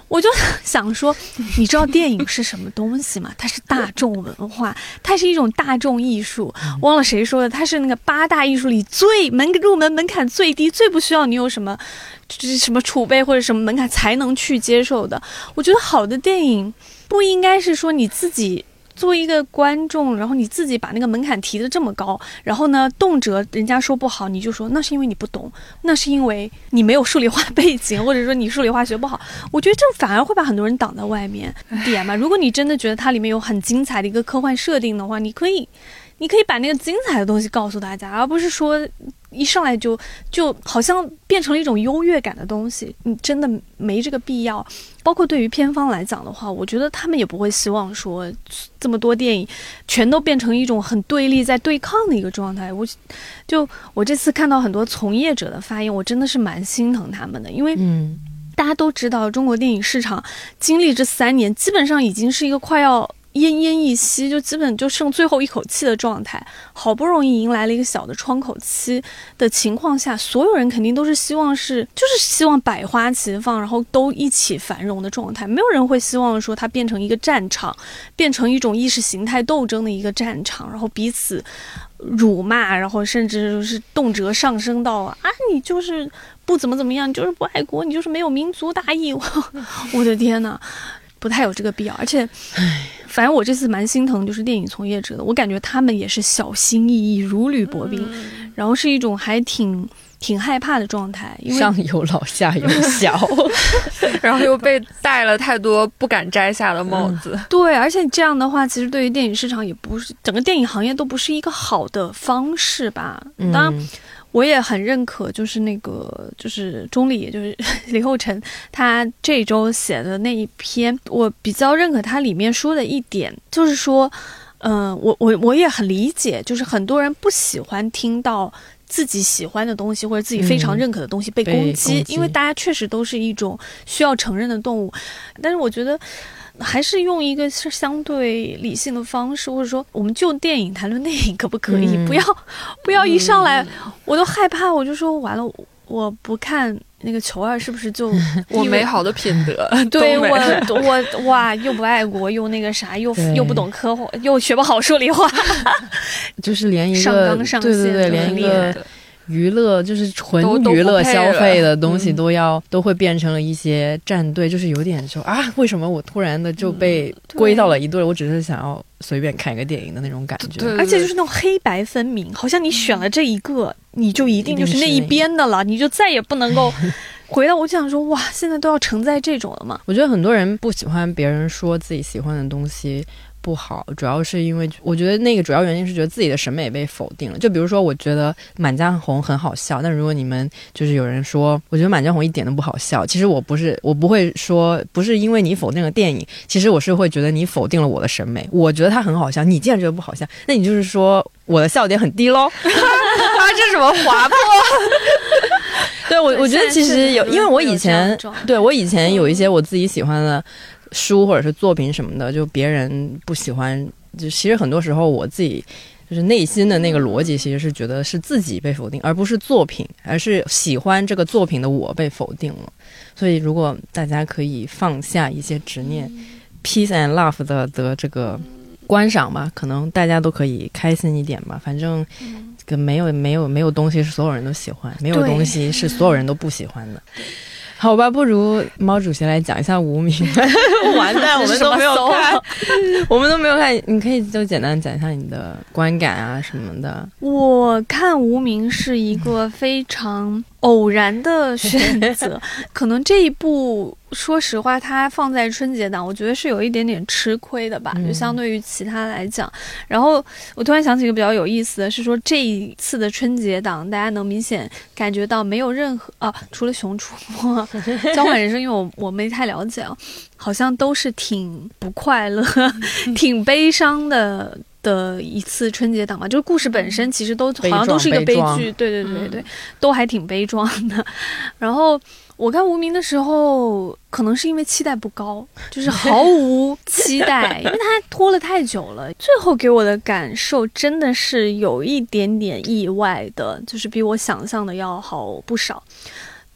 我就想说，你知道电影是什么东西吗？它是大众文化，它是一种大众艺术。忘了谁说的，它是那个八大艺术里最门入门门槛最低，最不需要你有什么什么储备或者什么门槛才能去接受的。我觉得好的电影不应该是说你自己作为一个观众，然后你自己把那个门槛提得这么高，然后呢，动辄人家说不好，你就说那是因为你不懂，那是因为你没有数理化背景，或者说你数理化学不好。我觉得这反而会把很多人挡在外面点嘛。如果你真的觉得它里面有很精彩的一个科幻设定的话，你可以，你可以把那个精彩的东西告诉大家，而不是说一上来就就好像变成了一种优越感的东西，你真的没这个必要。包括对于片方来讲的话，我觉得他们也不会希望说这么多电影全都变成一种很对立在对抗的一个状态。我就我这次看到很多从业者的发言，我真的是蛮心疼他们的，因为嗯， 大家都知道中国电影市场经历这三年基本上已经是一个快要奄奄一息，就基本就剩最后一口气的状态，好不容易迎来了一个小的窗口期的情况下，所有人肯定都是希望是就是希望百花齐放，然后都一起繁荣的状态，没有人会希望说它变成一个战场，变成一种意识形态斗争的一个战场，然后彼此辱骂，然后甚至就是动辄上升到啊你就是不怎么怎么样，你就是不爱国，你就是没有民族大义。我我的天哪，不太有这个必要。而且反正我这次蛮心疼就是电影从业者的，我感觉他们也是小心翼翼如履薄冰、嗯、然后是一种还挺挺害怕的状态，因为上有老下有小然后又被戴了太多不敢摘下的帽子、嗯、 对，而且这样的话其实对于电影市场也不是整个电影行业都不是一个好的方式吧。当然、嗯我也很认可，就是那个就是钟离，也就是李厚成，他这周写的那一篇，我比较认可他里面说的一点，就是说，嗯、呃，我我我也很理解，就是很多人不喜欢听到自己喜欢的东西或者自己非常认可的东西被攻击，嗯、被攻击因为大家确实都是一种需要承认的动物，但是我觉得。还是用一个是相对理性的方式，或者说我们就电影谈论电影可不可以、嗯、不要不要一上来、嗯、我都害怕，我就说完了我不看那个球二是不是就我美好的品德对我我哇又不爱国又那个啥又又不懂科幻又学不好数理化就是连一个上纲上线， 对对对，连一个娱乐就是纯娱乐消费的东西都要、嗯、都会变成了一些战队，就是有点说啊为什么我突然的就被归到了一队、嗯、我只是想要随便看一个电影的那种感觉， 对对对，而且就是那种黑白分明，好像你选了这一个、嗯、你就一定就是那一边的了，你就再也不能够回到。我就想说哇现在都要承载这种了吗？ 我觉得很多人不喜欢别人说自己喜欢的东西不好，主要是因为我觉得那个主要原因是觉得自己的审美被否定了。就比如说我觉得满江红很好笑，但如果你们就是有人说我觉得满江红一点都不好笑，其实我不是我不会说不是因为你否定了电影，其实我是会觉得你否定了我的审美，我觉得它很好笑，你既然觉得不好笑，那你就是说我的笑点很低咯啊这什么滑坡对，我我觉得其实有，因为我以前对我以前有一些我自己喜欢的书或者是作品什么的，就别人不喜欢，就其实很多时候我自己就是内心的那个逻辑其实是觉得是自己被否定，而不是作品，而是喜欢这个作品的我被否定了。所以如果大家可以放下一些执念、嗯、peace and love 的的这个观赏吧，可能大家都可以开心一点吧。反正这个没有没有没有东西是所有人都喜欢，没有东西是所有人都不喜欢的。好吧，不如毛主席来讲一下无名完蛋我们都没有看我们都没有看，你可以就简单讲一下你的观感啊什么的。 我看无名是一个非常偶然的选择可能这一部说实话它放在春节档我觉得是有一点点吃亏的吧、嗯、就相对于其他来讲。然后我突然想起一个比较有意思的是说这一次的春节档大家能明显感觉到没有任何啊，除了熊出没交换人生因为我我没太了解啊，好像都是挺不快乐挺悲伤的的一次春节档嘛，就是故事本身其实都好像都是一个悲剧，对对对对、嗯，都还挺悲壮的。然后我看无名的时候，可能是因为期待不高，就是毫无期待，因为它拖了太久了。最后给我的感受真的是有一点点意外的，就是比我想象的要好不少。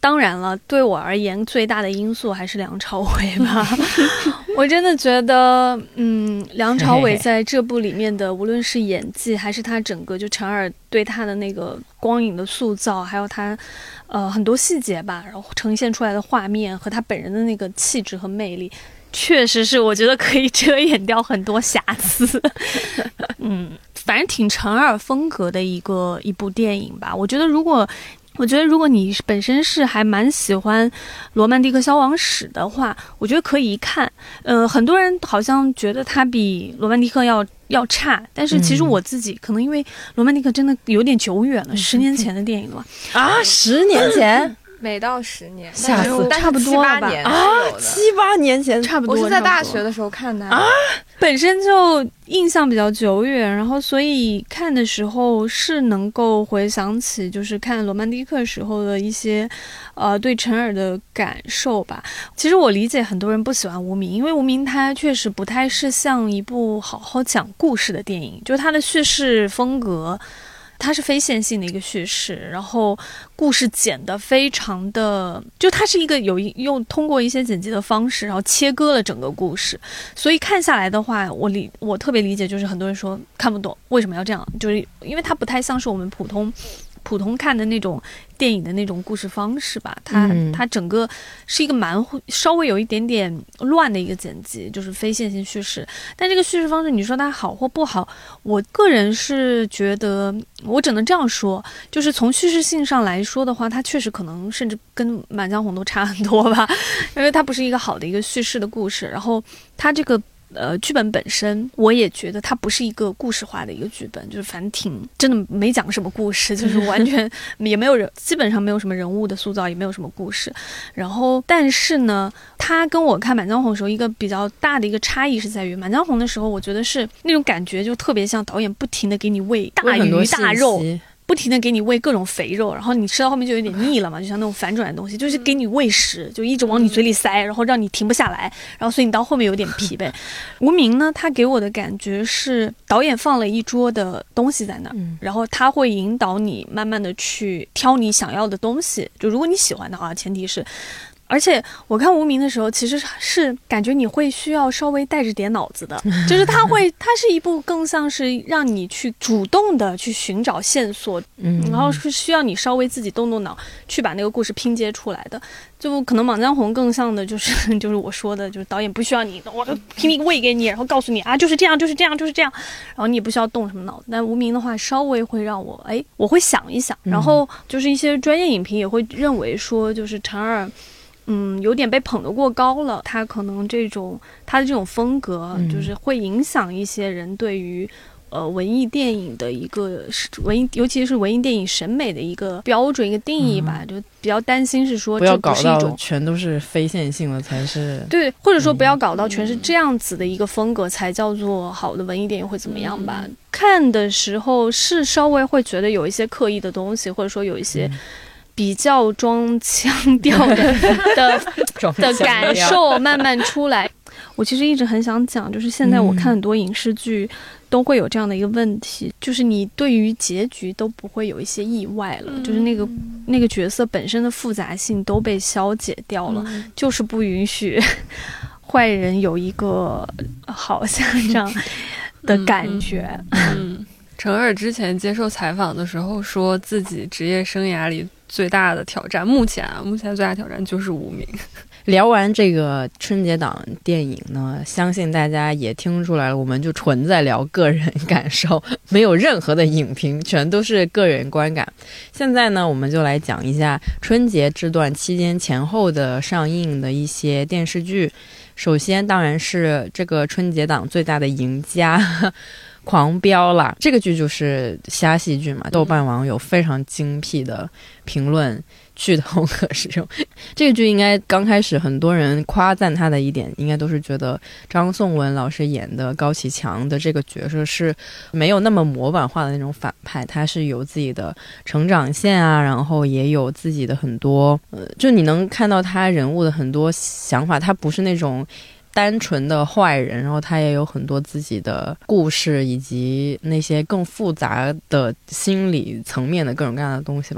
当然了，对我而言最大的因素还是梁朝伟吧。我真的觉得，嗯，梁朝伟在这部里面的，无论是演技，还是他整个就陈耳对他的那个光影的塑造，还有他，呃，很多细节吧，然后呈现出来的画面和他本人的那个气质和魅力，确实是我觉得可以遮掩掉很多瑕疵。嗯，反正挺陈耳风格的一个一部电影吧。我觉得如果。我觉得如果你本身是还蛮喜欢罗曼蒂克消亡史的话，我觉得可以一看。呃，很多人好像觉得它比罗曼蒂克要要差，但是其实我自己、嗯、可能因为罗曼蒂克真的有点久远了，十、嗯、年前的电影了啊，十年前。 没到十年， 吓死， 差不多吧啊，七八年前差不多。 我是在大学的时候看的啊， 本身就印象比较久远，然后所以看的时候是能够回想起，就是看罗曼蒂克时候的一些，呃，对陈耳的感受吧。其实我理解很多人不喜欢无名，因为无名它确实不太是像一部好好讲故事的电影，就是它的叙事风格。它是非线性的一个叙事，然后故事剪得非常的，就它是一个有用通过一些剪辑的方式，然后切割了整个故事，所以看下来的话，我理我特别理解，就是很多人说看不懂为什么要这样，就是因为它不太像是我们普通普通看的那种电影的那种故事方式吧，它、嗯、它整个是一个蛮稍微有一点点乱的一个剪辑，就是非线性叙事。但这个叙事方式，你说它好或不好，我个人是觉得，我只能这样说，就是从叙事性上来说的话，它确实可能甚至跟《满江红》都差很多吧，因为它不是一个好的一个叙事的故事，然后它这个。呃，剧本本身我也觉得它不是一个故事化的一个剧本，就是反正挺真的没讲什么故事，就是完全也没有人，基本上没有什么人物的塑造，也没有什么故事。然后，但是呢，它跟我看《满江红》的时候一个比较大的一个差异是在于，《满江红》的时候，我觉得是那种感觉就特别像导演不停的给你喂大鱼大肉。不停的给你喂各种肥肉，然后你吃到后面就有点腻了嘛，就像那种反转的东西，就是给你喂食，就一直往你嘴里塞，然后让你停不下来，然后所以你到后面有点疲惫。无名呢，他给我的感觉是导演放了一桌的东西在那儿，然后他会引导你慢慢的去挑你想要的东西，就如果你喜欢的话，前提是。而且我看无名的时候，其实是感觉你会需要稍微带着点脑子的，就是它会，它是一部更像是让你去主动的去寻找线索，嗯，然后是需要你稍微自己动动脑去把那个故事拼接出来的。就可能《满江红》更像的就是就是我说的，就是导演不需要你，我拼命喂给你，然后告诉你啊，就是这样，就是这样，就是这样，然后你也不需要动什么脑子。但无名的话，稍微会让我哎，我会想一想，然后就是一些专业影评也会认为说，就是陈耳。嗯，有点被捧得过高了，他可能这种他的这种风格，就是会影响一些人对于呃文艺电影的一个文艺，尤其是文艺电影审美的一个标准、一个定义吧，嗯、就比较担心是说这不是一种，不要搞到全都是非线性的才是对，或者说不要搞到全是这样子的一个风格才叫做好的文艺电影会怎么样吧？嗯、看的时候是稍微会觉得有一些刻意的东西，或者说有一些。嗯比较装腔调的的的感受慢慢出来。我其实一直很想讲，就是现在我看很多影视剧都会有这样的一个问题，嗯、就是你对于结局都不会有一些意外了，嗯、就是那个那个角色本身的复杂性都被消解掉了，嗯、就是不允许坏人有一个好像这样的感觉。 嗯嗯陈耳之前接受采访的时候说自己职业生涯里最大的挑战，目前啊，目前最大的挑战就是无名。 聊完这个春节档电影呢，相信大家也听出来了，我们就纯在聊个人感受，没有任何的影评，全都是个人观感。现在呢，我们就来讲一下春节这段期间前后的上映的一些电视剧。首先当然是这个春节档最大的赢家狂飙啦，这个剧就是虾戏剧嘛，豆瓣网友非常精辟的评论，剧透可使用。这个剧应该刚开始很多人夸赞他的一点，应该都是觉得张颂文老师演的高启强的这个角色是没有那么模板化的那种反派，他是有自己的成长线啊，然后也有自己的很多呃，就你能看到他人物的很多想法，他不是那种单纯的坏人，然后他也有很多自己的故事，以及那些更复杂的心理层面的各种各样的东西吧。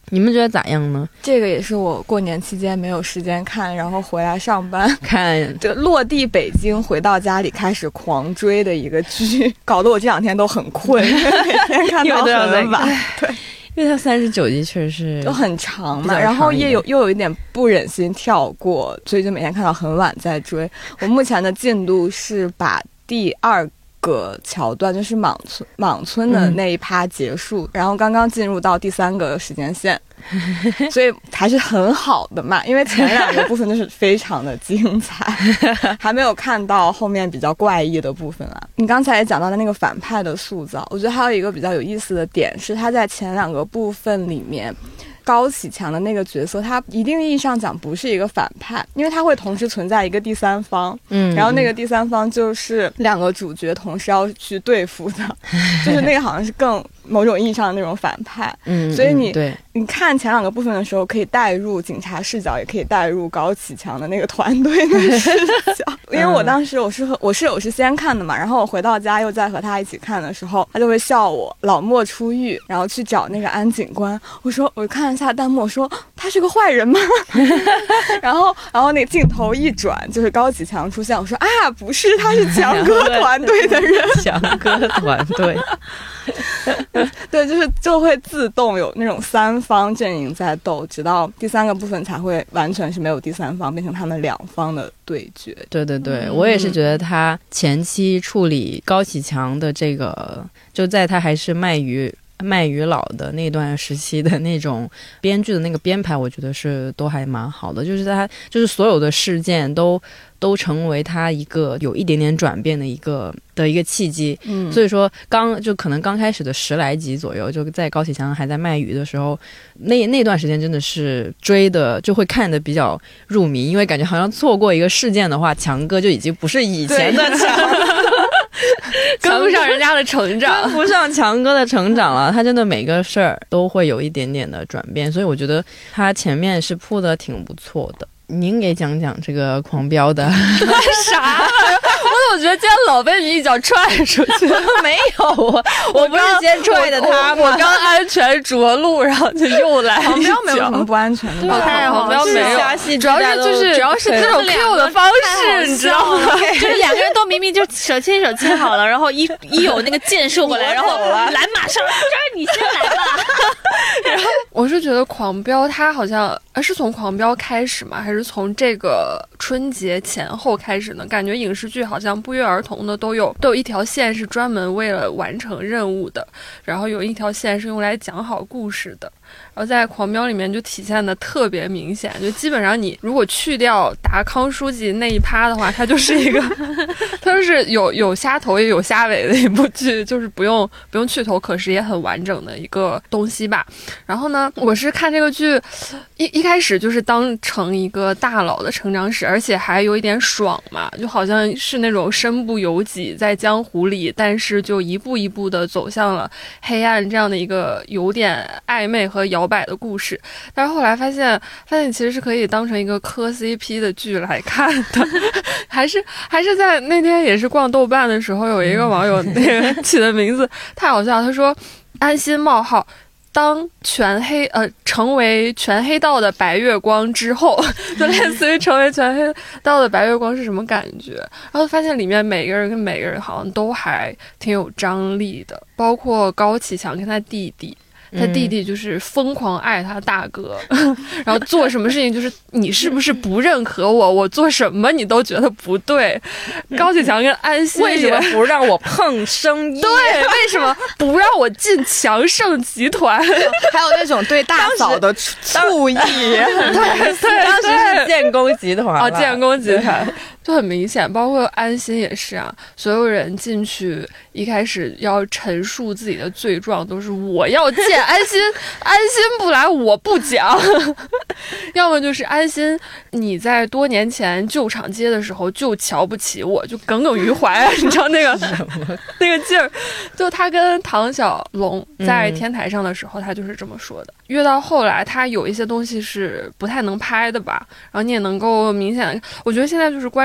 你们觉得咋样呢？ 这个也是我过年期间没有时间看，然后回来上班看就落地北京，回到家里开始狂追的一个剧，搞得我这两天都很困，每天看到很晚。对， 因为它三十九集确实是都很长嘛，然后也有又有一点不忍心跳过，所以就每天看到很晚再追。我目前的进度是把第二个桥段，就是莽村莽村的那一趴结束，嗯、然后刚刚进入到第三个时间线，所以还是很好的嘛。因为前两个部分就是非常的精彩，还没有看到后面比较怪异的部分啊。你刚才也讲到的那个反派的塑造，我觉得还有一个比较有意思的点是，他在前两个部分里面。高启强的那个角色，他一定意义上讲不是一个反派，因为他会同时存在一个第三方，嗯，然后那个第三方就是两个主角同时要去对付的，就是那个好像是更某种意义上的那种反派，嗯，所以你对你看前两个部分的时候，可以带入警察视角，也可以带入高启强的那个团队的视角。因为我当时我是和我室友是先看的嘛，然后我回到家又再和他一起看的时候，他就会笑我老莫出狱，然后去找那个安警官。我说我看一下弹幕，我说他是个坏人吗？然后然后那个镜头一转，就是高启强出现，我说啊不是，他是强哥团队的人， 强哥团队。 对，就是就会自动有那种三方阵营在斗，直到第三个部分才会完全是没有第三方，变成他们两方的对决。 对对对，我也是觉得他前期处理高启强的这个，就在他还是卖鱼卖鱼佬的那段时期的那种编剧的那个编排，我觉得是都还蛮好的，就是他就是所有的事件都都成为他一个有一点点转变的一个的一个契机。嗯，所以说刚就可能刚开始的十来集左右，就在高启强还在卖鱼的时候，那那段时间真的是追的就会看得比较入迷，因为感觉好像错过一个事件的话，强哥就已经不是以前的强跟不上人家的成长， 跟不上强哥的成长了。他真的每个事儿都会有一点点的转变，所以我觉得他前面是铺的挺不错的。您给讲讲这个狂飙的啥？我怎么觉得今天老被你一脚踹出去？ 没有啊，我不是先踹的他吗？ 我刚安全着陆，然后就又来一脚。 狂飙没有什么不安全的， 对，狂飙没有，主要是就是主要是这种 Q 的方式，你知道吗？ 就是两个人都明明就手牵手牵好了，然后一一有那个箭射过来，然后来马上，这儿你先来吧。 然后我是觉得狂飙它好像呃是从狂飙开始吗？还是从这个春节前后开始呢？感觉影视剧好像不约而同的都有都有一条线是专门为了完成任务的，然后有一条线是用来讲好故事的。然后在狂飙里面就体现的特别明显，就基本上你如果去掉达康书记那一趴的话，它就是一个它就是有有虾头也有虾尾的一部剧，就是不用不用去头，可是也很完整的一个东西吧。然后呢，我是看这个剧一一开始就是当成一个大佬的成长史，而且还有一点爽嘛，就好像是那种身不由己在江湖里，但是就一步一步的走向了黑暗这样的一个有点暧昧和摇摆的故事。但是后来发现发现其实是可以当成一个磕 C P 的剧来看的。还是还是在那天也是逛豆瓣的时候，有一个网友那个起的名字太好笑，他说安心冒号当全黑呃成为全黑道的白月光之后，就类似于成为全黑道的白月光是什么感觉？然后发现里面每个人跟每个人好像都还挺有张力的，包括高启强跟他弟弟。他弟弟就是疯狂爱他大哥，嗯、然后做什么事情就是你是不是不认可我，我做什么你都觉得不对。高启强跟安心为什么不让我碰生意？ 对，为什么不让我进强盛集团？ 还有那种对大嫂的醋意， 对对， 当时是建工集团啊，建工集团。就很明显，包括安心也是啊，所有人进去一开始要陈述自己的罪状，都是我要见安心，安心不来我不讲。要么就是安心你在多年前旧厂街的时候就瞧不起我，就耿耿于怀，你知道那个那个劲儿。就他跟唐小龙在天台上的时候，嗯、他就是这么说的。越到后来，他有一些东西是不太能拍的吧，然后你也能够明显，我觉得现在就是观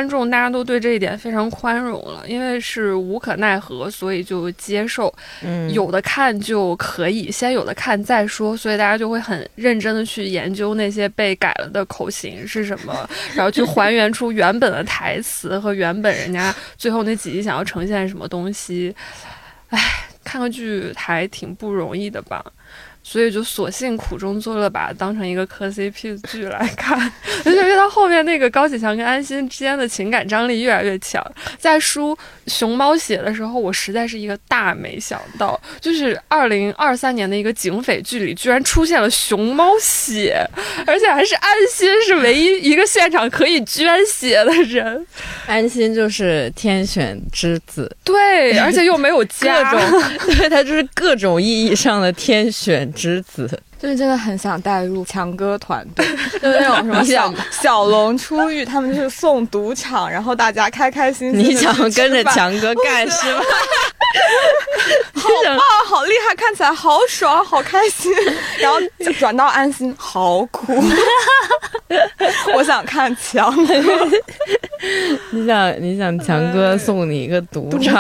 观众大家都对这一点非常宽容了，因为是无可奈何，所以就接受。 嗯， 有的看就可以，先有的看再说，所以大家就会很认真的去研究那些被改了的口型是什么，然后去还原出原本的台词和原本人家最后那几集想要呈现什么东西。唉，看个剧还挺不容易的吧。所以就索性苦中作乐，把它当成一个磕 C P 的剧来看。而且越到后面，那个高启强跟安心之间的情感张力越来越强。在书熊猫写的时候，我实在是一个大没想到，就是二零二三年的一个警匪剧里，居然出现了熊猫血，而且还是安心是唯一一个现场可以捐血的人。 安心就是天选之子， 对，而且又没有家， 各种对他就是各种意义上的天选之子。 就是真的很想带入强哥团队，就是那种什么小小龙出狱，他们就是送赌场，然后大家开开心心。 你想跟着强哥干是吗？ 好棒，好厉害，看起来好爽，好开心。然后转到安心，好苦。我想看强哥， 你想你想强哥送你一个赌场。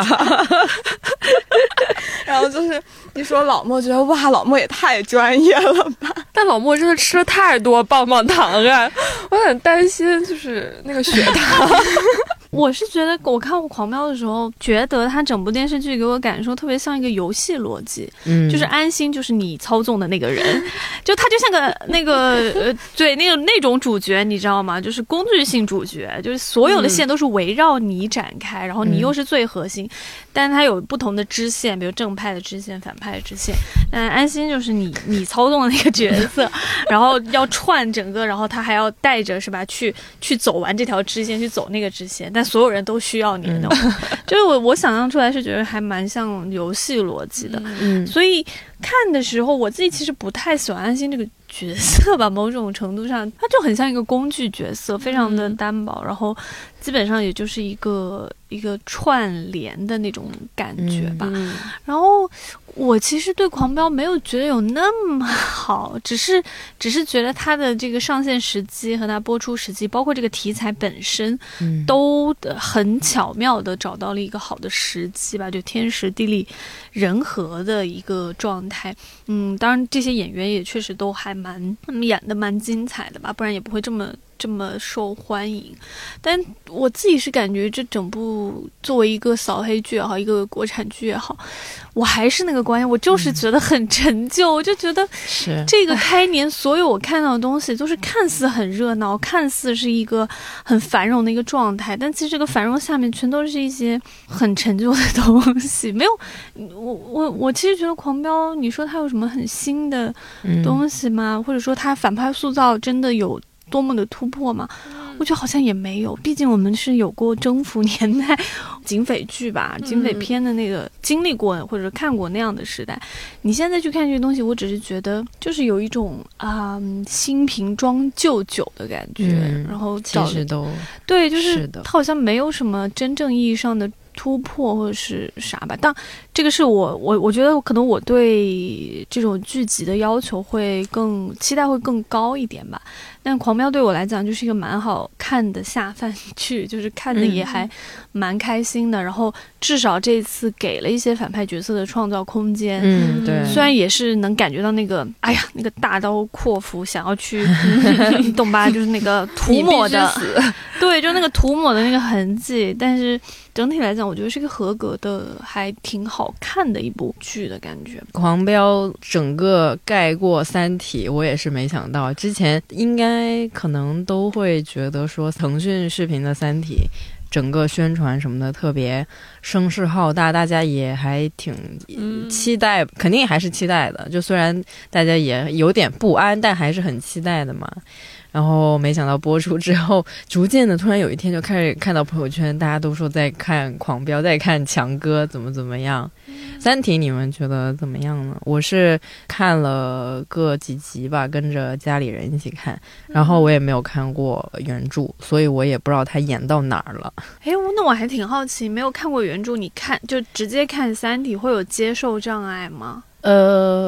然后就是一说老莫，觉得哇，老莫也太专业了吧！ 但老莫真的吃了太多棒棒糖啊，我很担心，就是那个血糖。 我是觉得我看《狂飙》的时候，觉得他整部电视剧给我感受特别像一个游戏逻辑，嗯，就是安心就是你操纵的那个人，就他就像个那个呃，对，那个那种主角，你知道吗？就是工具性主角，就是所有的线都是围绕你展开，嗯、然后你又是最核心，但他有不同的支线，比如正派的支线、反派的支线。但安心就是你你操纵的那个角色，然后要串整个，然后他还要带着是吧？去去走完这条支线，去走那个支线，但所有人都需要你的那种，嗯、就是我我想象出来是觉得还蛮像游戏逻辑的，嗯，所以看的时候我自己其实不太喜欢安心这个角色吧，某种程度上他就很像一个工具角色，非常的单薄，嗯、然后基本上也就是一个一个串联的那种感觉吧。嗯、然后我其实对《狂飙》没有觉得有那么好，只是只是觉得它的这个上线时机和它播出时机，包括这个题材本身，嗯、都很巧妙的找到了一个好的时机吧，就天时地利人和的一个状态。嗯，当然这些演员也确实都还蛮演的蛮精彩的吧，不然也不会这么这么受欢迎。但我自己是感觉这整部作为一个扫黑剧也好，一个国产剧也好，我还是那个观念，我就是觉得很陈旧，我就觉得这个开年所有我看到的东西都是看似很热闹，看似是一个很繁荣的一个状态，但其实这个繁荣下面全都是一些很陈旧的东西。没有，我我我其实觉得狂飙，你说它有什么很新的东西吗？嗯、或者说它反派塑造真的有多么的突破吗？我觉得好像也没有，毕竟我们是有过征服年代警匪剧吧，警匪片的那个经历过或者看过那样的时代。你现在去看这些东西，我只是觉得就是有一种啊、嗯、新瓶装旧酒的感觉，嗯、然后其实都对，就是它好像没有什么真正意义上的突破或者是啥吧。但这个是我我我觉得可能我对这种剧集的要求会更期待会更高一点吧。但狂飙对我来讲就是一个蛮好看的下饭剧，就是看的也还蛮开心的，嗯、然后至少这次给了一些反派角色的创造空间。 嗯，对。 虽然也是能感觉到那个，哎呀，那个大刀阔斧想要去，你懂吧？就是那个涂抹的，对，就那个涂抹的那个痕迹。但是整体来讲，我觉得是一个合格的，还挺好看的一部剧的感觉。 狂飙整个盖过三体，我也是没想到，之前应该可能都会觉得说腾讯视频的三体整个宣传什么的特别声势浩大，大家也还挺期待，嗯、肯定还是期待的，就虽然大家也有点不安，但还是很期待的嘛。然后没想到播出之后，逐渐的突然有一天就开始看到朋友圈大家都说在看狂飙，在看强哥怎么怎么样。三体你们觉得怎么样呢？我是看了个几集吧，跟着家里人一起看，然后我也没有看过原著，所以我也不知道他演到哪儿了。 哎，那我还挺好奇，没有看过原著，你看就直接看三体会有接受障碍吗？ 呃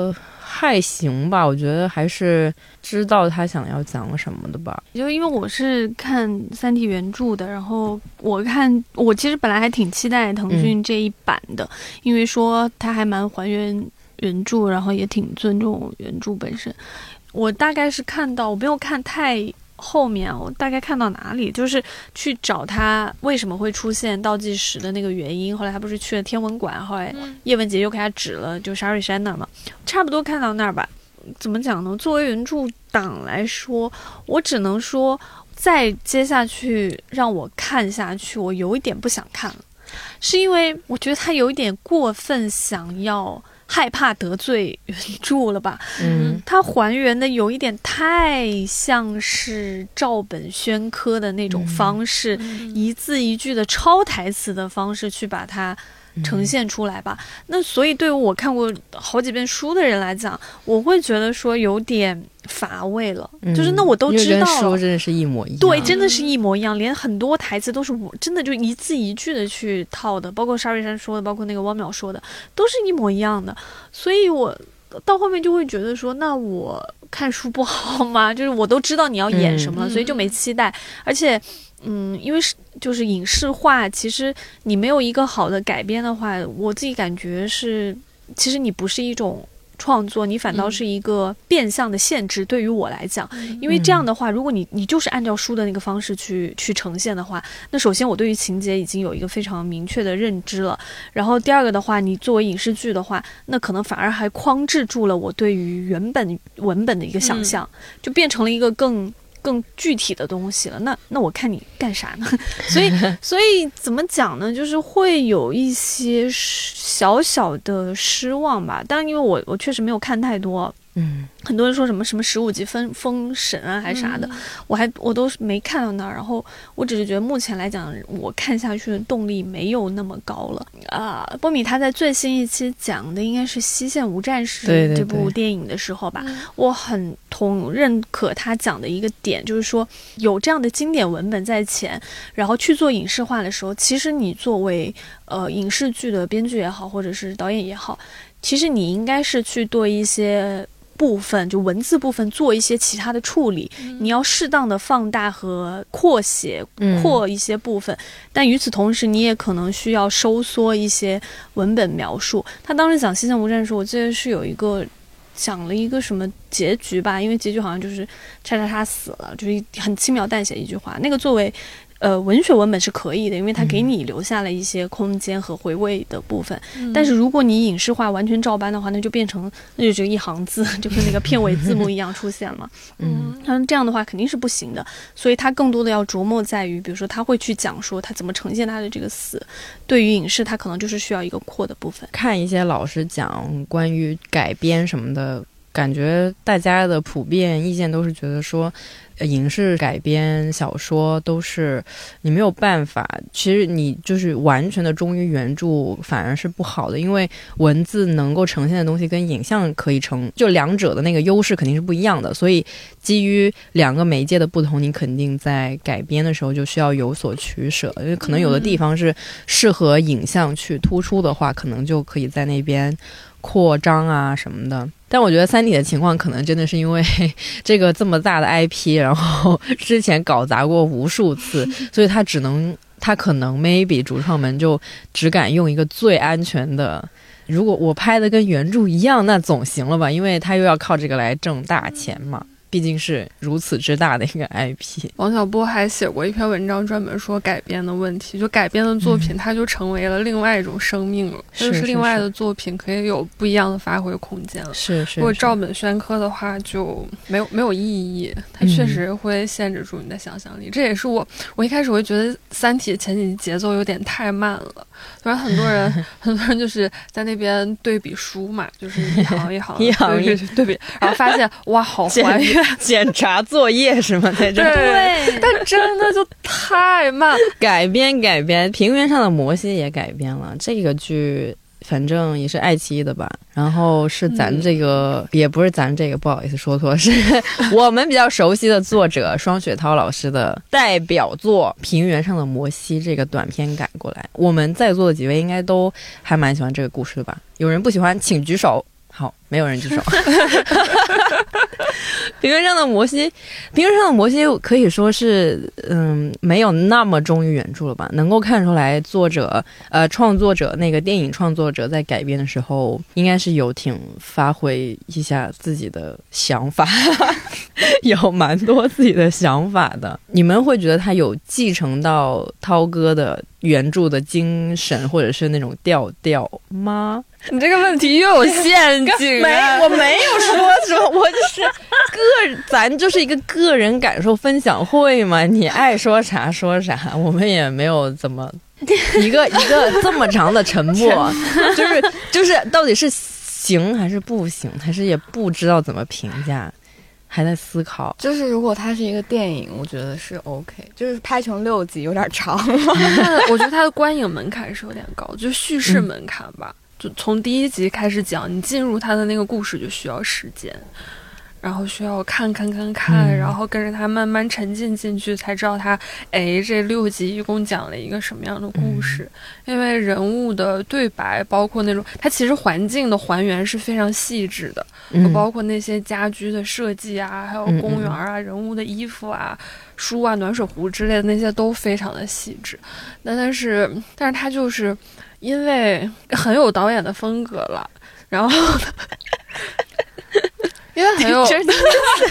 还行吧，我觉得还是知道他想要讲什么的吧。 就因为我是看《三体》原著的，然后我看我其实本来还挺期待腾讯这一版的，嗯、因为说它还蛮还原原著，然后也挺尊重原著本身。我大概是看到，我没有看太后面，我大概看到哪里，就是去找他为什么会出现倒计时的那个原因。后来他不是去了天文馆，后来叶文洁又给他指了就沙瑞山那儿嘛，差不多看到那儿吧。怎么讲呢？作为原著党来说，我只能说再接下去让我看下去，我有一点不想看了，是因为我觉得他有一点过分想要害怕得罪原著了吧。 嗯， 他还原的有一点太像是照本宣科的那种方式，嗯、一字一句的抄台词的方式去把它呈现出来吧。嗯、那所以对于我看过好几遍书的人来讲，我会觉得说有点乏味了。嗯、就是那我都知道了， 跟书真的是一模一样。 对，真的是一模一样，连很多台词都是我真的就一字一句的去套的，包括沙瑞山说的，包括那个汪淼说的，都是一模一样的。所以我到后面就会觉得说，那我看书不好吗？就是我都知道你要演什么了，嗯、所以就没期待。而且嗯，因为是就是影视化，其实你没有一个好的改编的话，我自己感觉是，其实你不是一种创作，你反倒是一个变相的限制。嗯、对于我来讲，因为这样的话，如果你你就是按照书的那个方式去去呈现的话，那首先我对于情节已经有一个非常明确的认知了，然后第二个的话，你作为影视剧的话，那可能反而还框制住了我对于原本文本的一个想象，嗯、就变成了一个更。更具体的东西了，那那我看你干啥呢？所以所以怎么讲呢？就是会有一些小小的失望吧。当然，因为我我确实没有看太多，嗯，很多人说什么什么十五集封封神啊，还啥的，嗯、我还我都没看到那儿。然后我只是觉得目前来讲，我看下去的动力没有那么高了啊。呃、波米他在最新一期讲的应该是《西线无战事》这部电影的时候吧，对对对，我很同认可他讲的一个点，就是说有这样的经典文本在前，然后去做影视化的时候，其实你作为呃影视剧的编剧也好，或者是导演也好，其实你应该是去做一些部分，就文字部分做一些其他的处理，嗯、你要适当的放大和扩写扩一些部分，嗯、但与此同时你也可能需要收缩一些文本描述。他当时讲《西线无战事》，我记得是有一个讲了一个什么结局吧，因为结局好像就是叉叉叉死了，就是很轻描淡写一句话，那个作为呃，文学文本是可以的，因为它给你留下了一些空间和回味的部分。嗯、但是如果你影视化完全照搬的话，那就变成那就只有一行字，就跟那个片尾字幕一样出现了。嗯，那这样的话肯定是不行的。所以它更多的要琢磨在于，比如说他会去讲说他怎么呈现他的这个死。对于影视，它可能就是需要一个扩的部分。 看一些老师讲关于改编什么的，感觉大家的普遍意见都是觉得说。影视改编小说都是你没有办法，其实你就是完全的忠于原著反而是不好的，因为文字能够呈现的东西跟影像可以成就两者的那个优势肯定是不一样的，所以基于两个媒介的不同，你肯定在改编的时候就需要有所取舍，因为可能有的地方是适合影像去突出的话，可能就可以在那边扩张啊什么的。但我觉得三体的情况可能真的是因为这个这么大的 I P， 然后之前搞砸过无数次，所以他只能他可能 maybe 主创们就只敢用一个最安全的，如果我拍的跟原著一样那总行了吧，因为他又要靠这个来挣大钱嘛，毕竟是如此之大的一个 I P。 王小波还写过一篇文章专门说改编的问题，就改编的作品它就成为了另外一种生命了，嗯、就是另外的作品可以有不一样的发挥空间了。 是是， 如果照本宣科的话就没有没有意义，它确实会限制住你的想象力。嗯、这也是我我一开始会觉得三体前几集节奏有点太慢了，突然很多人很多人就是在那边对比书嘛，就是一行一行一行对比对比，然后发现哇好还原。 检查作业是吗？在这对，但真的就太慢。 改编改编，平原上的摩西也改编了，这个剧反正也是爱奇艺的吧，然后是咱这个、嗯、也不是咱这个，不好意思说错，是我们比较熟悉的作者双雪涛老师的代表作《平原上的摩西》这个短片改过来。我们在座的几位应该都还蛮喜欢这个故事的吧？有人不喜欢请举手。 好，没有人举手。平原上的摩西，平原上的摩西可以说是，嗯，没有那么忠于原著了吧？能够看出来，作者，呃，创作者那个电影创作者在改编的时候，应该是有挺发挥一下自己的想法，有蛮多自己的想法的。你们会觉得他有继承到涛哥的原著的精神，或者是那种调调吗？ 你这个问题又有陷阱、啊、 没，我没有说什么，我就是个，咱就是一个个人感受分享会嘛，你爱说啥说啥，我们也没有怎么一个一个这么长的沉默，就是就是到底是行还是不行，还是也不知道怎么评价。还在思考， 就是如果它是一个电影，我觉得是 OK， 就是拍成六集有点长。 我觉得它的观影门槛是有点高，就叙事门槛吧。嗯、就从第一集开始讲，你进入它的那个故事就需要时间，然后需要看看看看，嗯、然后跟着它慢慢沉浸进去，才知道它，哎，这六集一共讲了一个什么样的故事。嗯、因为人物的对白，包括那种它其实环境的还原是非常细致的。嗯、包括那些家居的设计啊，还有公园啊、嗯嗯人物的衣服啊、书啊、暖水壶之类的那些都非常的细致。但但是但是它就是因为很有导演的风格了，然后因为很有一部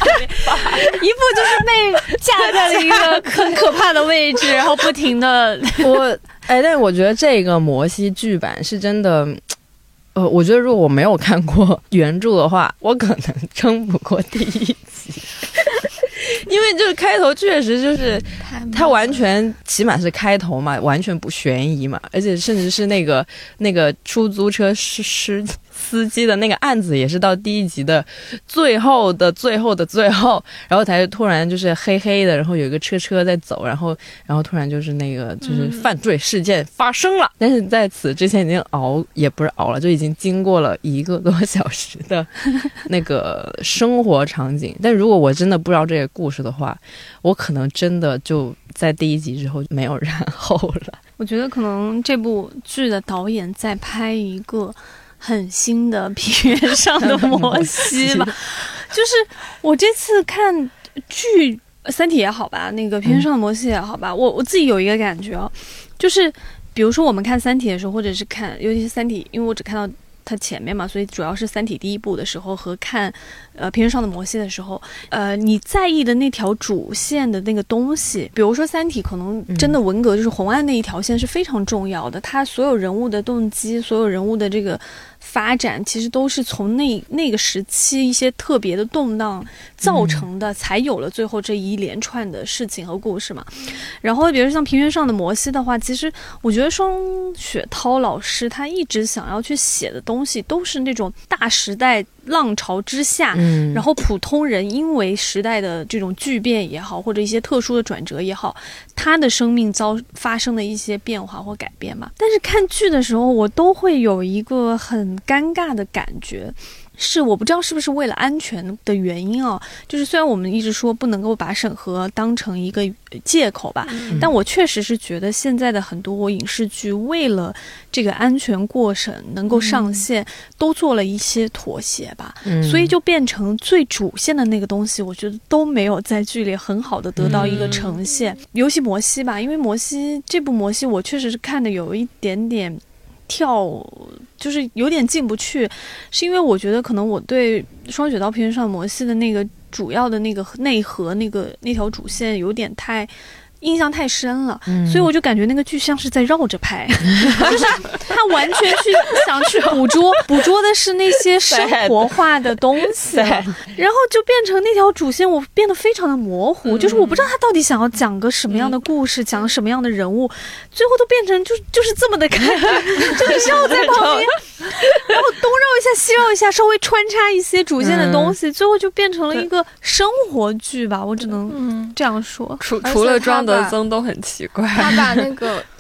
就是被架在了一个很可怕的位置，然后不停的我哎，但是我觉得这个摩西剧版是真的。呃，我觉得如果我没有看过原著的话，我可能撑不过第一集，因为就是开头确实就是它完全起码是开头嘛，完全不悬疑嘛，而且甚至是那个那个出租车司司司机的那个案子也是到第一集的最后的最后的最后，然后才突然就是黑黑的，然后有一个车车在走，然后然后突然就是那个就是犯罪事件发生了，嗯、但是在此之前已经熬也不是熬了，就已经经过了一个多小时的那个生活场景。但如果我真的不知道这个故事的话，我可能真的就在第一集之后没有然后了。 我觉得可能这部剧的导演在拍一个很新的平原上的摩西吧。就是我这次看剧三体也好吧，那个平原上的摩西也好吧，我我自己有一个感觉哦，就是比如说我们看三体的时候，或者是看尤其是三体，因为我只看到它前面嘛，所以主要是三体第一部的时候和看呃平原上的摩西的时候，呃你在意的那条主线的那个东西，比如说三体可能真的文革就是红岸那一条线是非常重要的，它所有人物的动机，所有人物的这个发展其实都是从那那个时期一些特别的动荡造成的，嗯、才有了最后这一连串的事情和故事嘛。然后比如像平原上的摩西的话，其实我觉得双雪涛老师他一直想要去写的东西都是那种大时代浪潮之下，嗯、然后普通人因为时代的这种巨变也好，或者一些特殊的转折也好，他的生命遭发生的一些变化或改变嘛。但是看剧的时候，我都会有一个很尴尬的感觉，是我不知道是不是为了安全的原因啊，就是虽然我们一直说不能够把审核当成一个借口吧，嗯、但我确实是觉得现在的很多影视剧为了这个安全过审能够上线，嗯、都做了一些妥协吧，嗯、所以就变成最主线的那个东西，我觉得都没有在剧里很好的得到一个呈现。嗯、尤其摩西吧，因为摩西这部摩西我确实是看的有一点点跳，就是有点进不去，是因为我觉得可能我对双雪涛平原上摩西的那个主要的那个内核那个那条主线有点太印象太深了，嗯、所以我就感觉那个剧像是在绕着拍，就是他完全去想去捕捉捕捉的是那些生活化的东西，然后就变成那条主线我变得非常的模糊，嗯、就是我不知道他到底想要讲个什么样的故事，嗯、讲什么样的人物，最后都变成就就是这么的看，就是绕在旁边，然后东绕一下西绕一下，稍微穿插一些主线的东西，嗯、最后就变成了一个生活剧吧，我只能这样说。 除除了庄德增都很奇怪， 他把那个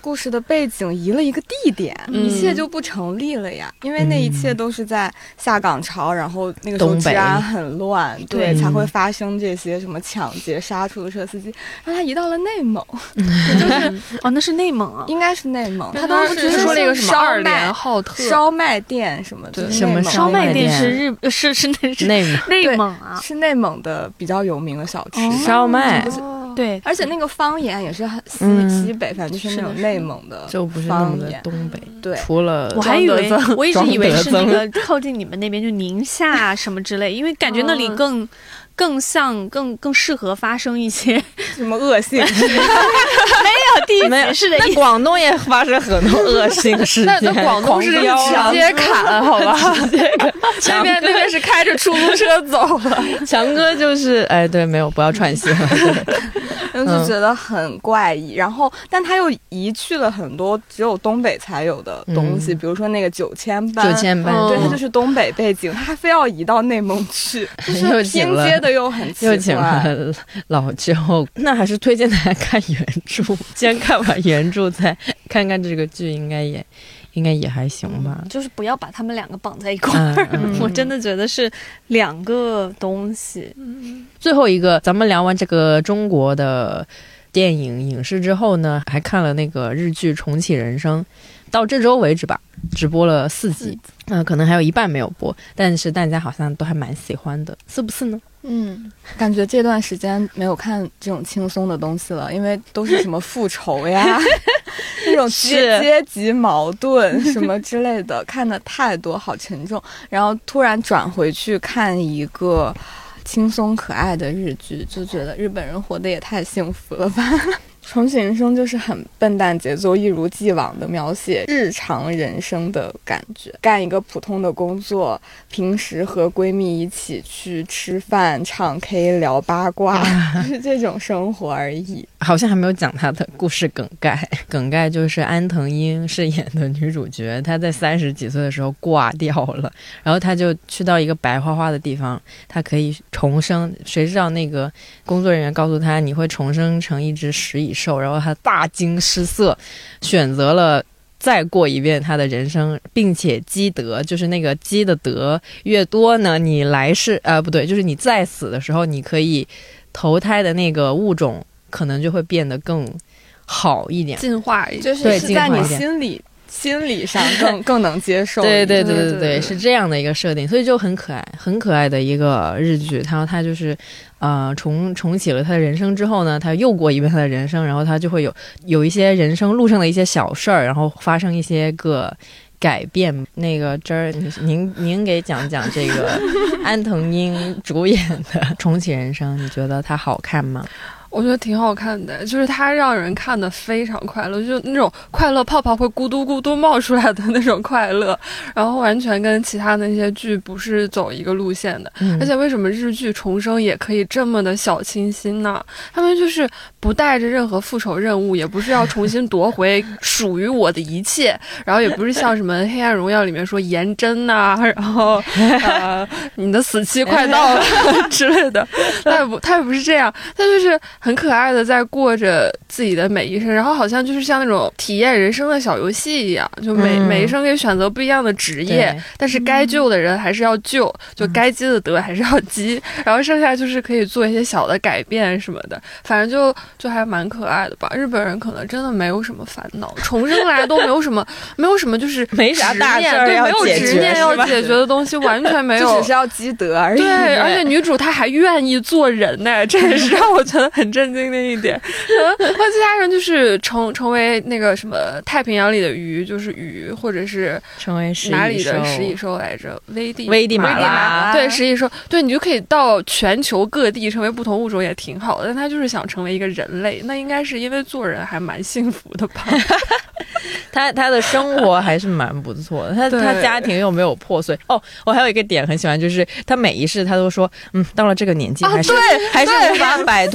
故事的背景移了一个地点， 嗯、 一切就不成立了呀。因为那一切都是在下岗潮，然后那个时候治安很乱，对，才会发生这些什么抢劫、杀出租车司机。让他移到了内蒙， 就是哦，那是内蒙啊， 应该是内蒙。他当时说了一个什么二连浩特烧麦店什么的， 什么烧麦店是日是是那是内蒙内蒙啊， 是内蒙的比较有名的小吃， 烧麦。 对， 而且那个方言也是很西、嗯、西北，反正就是那种内蒙的方言， 就不是那么的东北。 对， 除了我还以为我一直以为是那个靠近你们那边，就宁夏什么之类，因为感觉那里更。嗯更像更更适合发生一些什么恶性事件，没有地域歧视的意思。 广东也发生很多恶性事件， 那广东是直接砍，好吧？那边那边是开着出租车走了。 强哥就是哎，对，没有，不要串戏了。 就觉得很怪异，然后但他又移去了很多只有东北才有的东西，嗯、比如说那个九千班， 九千班， 对，他就是东北背景，他还非要移到内蒙去，就是拼接的又很奇怪。 又请了老舅，那还是推荐大家看原著，先看完原著再看看这个剧，应该也。应该也还行吧、 嗯，就是不要把他们两个绑在一块儿、嗯嗯。我真的觉得是两个东西。 嗯、最后一个，咱们聊完这个中国的电影影视之后呢，还看了那个日剧《重启人生》，到这周为止吧，只播了四集，嗯、呃，可能还有一半没有播，但是大家好像都还蛮喜欢的，是不是呢？ 嗯，感觉这段时间没有看这种轻松的东西了，因为都是什么复仇呀，那种阶阶级矛盾什么之类的，看的太多，好沉重。然后突然转回去看一个轻松可爱的日剧，就觉得日本人活得也太幸福了吧。重启人生就是很笨蛋节奏，一如既往的描写日常人生的感觉，干一个普通的工作，平时和闺蜜一起去吃饭、唱 K、聊八卦，就是这种生活而已。 好像还没有讲她的故事梗概，梗概就是安藤樱饰演的女主角，她在三十几岁的时候挂掉了，然后她就去到一个白花花的地方，她可以重生。谁知道那个工作人员告诉她，你会重生成一只食蚁兽，然后她大惊失色，选择了再过一遍她的人生，并且积德，就是那个积的德越多呢，你来世呃不对，就是你再死的时候，你可以投胎的那个物种可能就会变得更好一点， 进化一点， 就是是在你心里心理上更更能接受。 对对对对 对, 对，是这样的一个设定，所以就很可爱，很可爱的一个日剧。然后他就是呃重重启了他的人生之后呢，他又过一遍他的人生，然后他就会有有一些人生路上的一些小事儿，然后发生一些个改变。那个这儿您您给讲讲这个安藤樱主演的《重启人生》，你觉得它好看吗？ 我觉得挺好看的，就是它让人看得非常快乐，就那种快乐泡泡会咕嘟咕嘟冒出来的那种快乐，然后完全跟其他那些剧不是走一个路线的、嗯、而且为什么日剧重生也可以这么的小清新呢？他们就是不带着任何复仇任务，也不是要重新夺回属于我的一切，然后也不是像什么黑暗荣耀里面说颜真啊，然后呃你的死期快到了之类的，他也不他也不是这样，他就是很可爱的在过着自己的每一生，然后好像就是像那种体验人生的小游戏一样，就每、嗯、每一生可以选择不一样的职业，但是该救的人还是要救，就该积的德还是要积，然后剩下就是可以做一些小的改变什么的，反正就就还蛮可爱的吧。日本人可能真的没有什么烦恼，重生来都没有什么没有什么就是没啥大事儿要解决， 对，没有执念要解决的东西，完全没有， 就只是要积德而已。 对，而且女主她还愿意做人呢，这也是让我觉得很震惊的一点。和其他人就是成成为那个什么太平洋里的鱼，就是鱼，或者是成为哪里的食蚁兽来着？危地危地马拉， 对，食蚁兽，对，你就可以到全球各地成为不同物种，也挺好的。但他就是想成为一个人类，那应该是因为做人还蛮幸福的吧？ 他他的生活还是蛮不错的，他他家庭又没有破碎。哦，我还有一个点很喜欢，就是他每一世他都说，嗯，到了这个年纪还是、啊、还是无法摆脱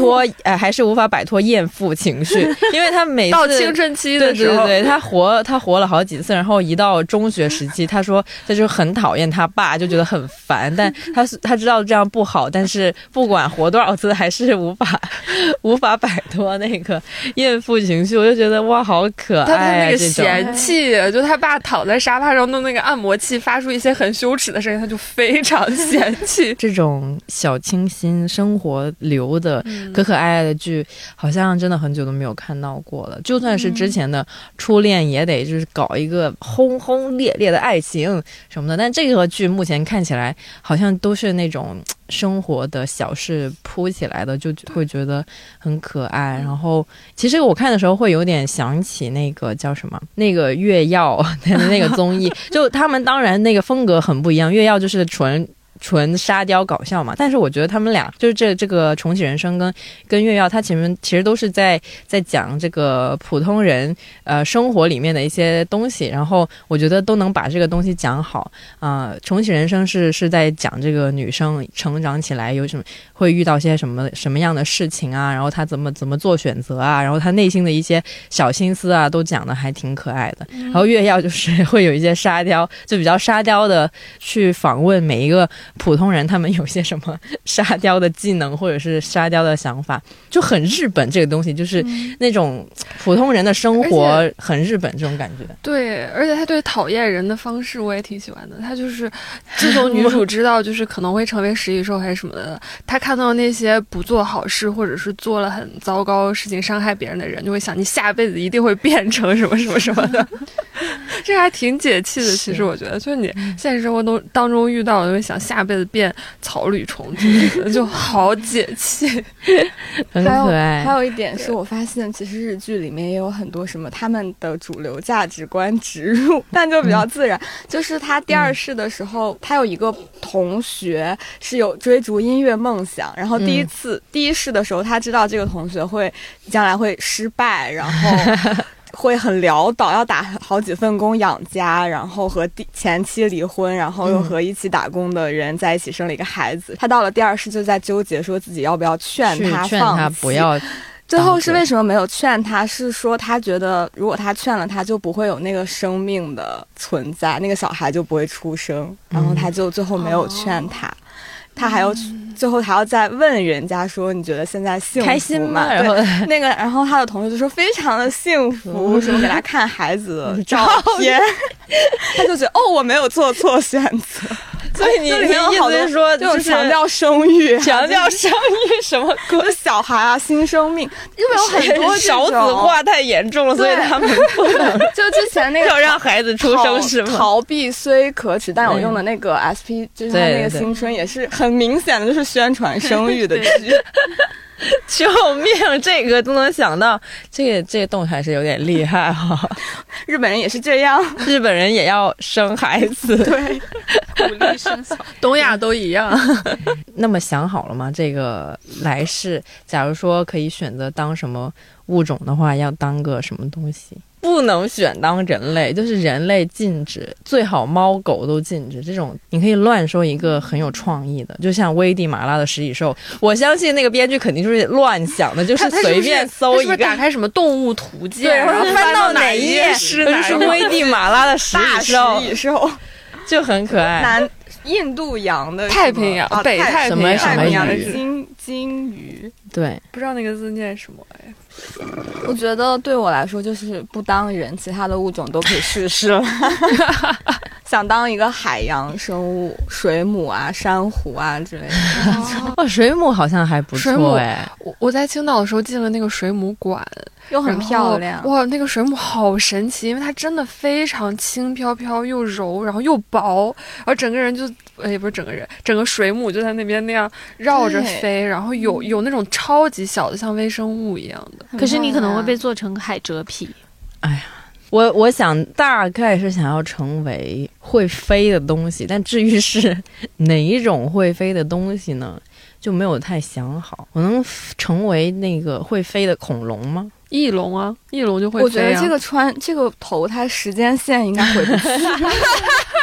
呃还是无法摆脱厌妇情绪，因为他每次到青春期的时候， 对对对，他活他活了好几次，然后一到中学时期，他说他就很讨厌他爸，就觉得很烦，但他他知道这样不好，但是不管活多少次，还是无法无法摆脱那个厌妇情绪。我就觉得哇，好可爱啊！ 他他那个这种嫌弃，就他爸躺在沙发上弄那个按摩器，发出一些很羞耻的声音，他就非常嫌弃。 这种小清新、生活流的可可爱爱的剧，好像真的很久都没有看到过了。就算是之前的初恋，也得就是搞一个轰轰烈烈的爱情什么的。但这个剧目前看起来，好像都是那种生活的小事铺起来的，就会觉得很可爱。然后，其实我看的时候会有点想起那个叫什么，那个月曜的那个综艺，就他们当然那个风格很不一样，月曜就是纯。纯沙雕搞笑嘛，但是我觉得他们俩就是这这个重启人生跟跟月曜，他前面其实都是在在讲这个普通人呃生活里面的一些东西，然后我觉得都能把这个东西讲好啊、呃。重启人生是是在讲这个女生成长起来有什么会遇到些什么什么样的事情啊，然后她怎么怎么做选择啊，然后她内心的一些小心思啊，都讲的还挺可爱的。然后月曜就是会有一些沙雕，就比较沙雕的去访问每一个普通人，他们有些什么沙雕的技能或者是沙雕的想法，就很日本。这个东西就是那种普通人的生活很日本这种感觉。 对，而且他对讨厌人的方式我也挺喜欢的。他就是自从女主知道就是可能会成为食蚁兽还是什么的，他看到那些不做好事或者是做了很糟糕事情伤害别人的人，就会想你下辈子一定会变成什么什么什么的。这还挺解气的。其实我觉得就是你现实生活中当中遇到的，就会想下辈子变草履虫之类的，就好解气。 很可爱。 还有一点是我发现其实日剧里面也有很多什么他们的主流价值观植入，但就比较自然、嗯、就是他第二世的时候、嗯、他有一个同学是有追逐音乐梦想，然后第一次、嗯、第一世的时候他知道这个同学会将来会失败，然后会很潦倒，要打好几份工养家，然后和前妻离婚，然后又和一起打工的人在一起生了一个孩子、嗯、他到了第二世就在纠结说自己要不要劝他放弃， 劝他不要。 最后是为什么没有劝他，是说他觉得如果他劝了他就不会有那个生命的存在，那个小孩就不会出生，然后他就最后没有劝他、嗯、他还要、嗯、最后还要再问人家说你觉得现在幸福吗？ 开心吗？然后那个然后他的同学就说非常的幸福，什么给他看孩子的照片他就觉得哦我没有做错选择。 所以你你意思是说就是强调生育， 强调生育什么鬼？小孩啊，新生命，因为有很多少子化太严重了，所以他们不能就之前那个要让孩子出生是吗？ 逃避虽可耻，但我用的那个 S P 就是他那个新春也是很明显的就是宣传生育的剧。 救命！这个都能想到，这个这个动还是有点厉害哈、哦。 日本人也是这样， 日本人也要生孩子， 对， 鼓励生小孩， 东亚都一样。 那么想好了吗？这个来世，假如说可以选择当什么物种的话，要当个什么东西？不能选当人类，就是人类禁止，最好猫狗都禁止。这种你可以乱说一个很有创意的，就像危地马拉的食蚁兽，我相信那个编剧肯定就是乱想的，就是随便搜一个， 是不是打开什么动物图鉴， 对，然后翻到哪一页是是危地马拉的食蚁兽， 食蚁兽就很可爱。 南印度洋的太平洋、啊、北太平洋、 太平洋的金金鱼， 对， 不知道那个字念什么哎。 我觉得对我来说就是不当人，其他的物种都可以试试了。想当一个海洋生物，水母啊、珊瑚啊之类的。 哦，水母好像还不错哎。 我我在青岛的时候进了那个水母馆， 又很漂亮。 哇，那个水母好神奇，因为它真的非常轻飘飘又柔，然后又薄，然后整个人就也不是整个人，整个水母就在那边那样绕着飞，然后有有那种超级小的像微生物一样的。 可是你可能会被做成海蜇皮。 哎呀，我我想大概是想要成为会飞的东西，但至于是哪一种会飞的东西呢，就没有太想好。我能成为那个会飞的恐龙吗？ 翼龙啊，翼龙就会飞啊。 我觉得这个穿这个头，它时间线应该回不去。 它不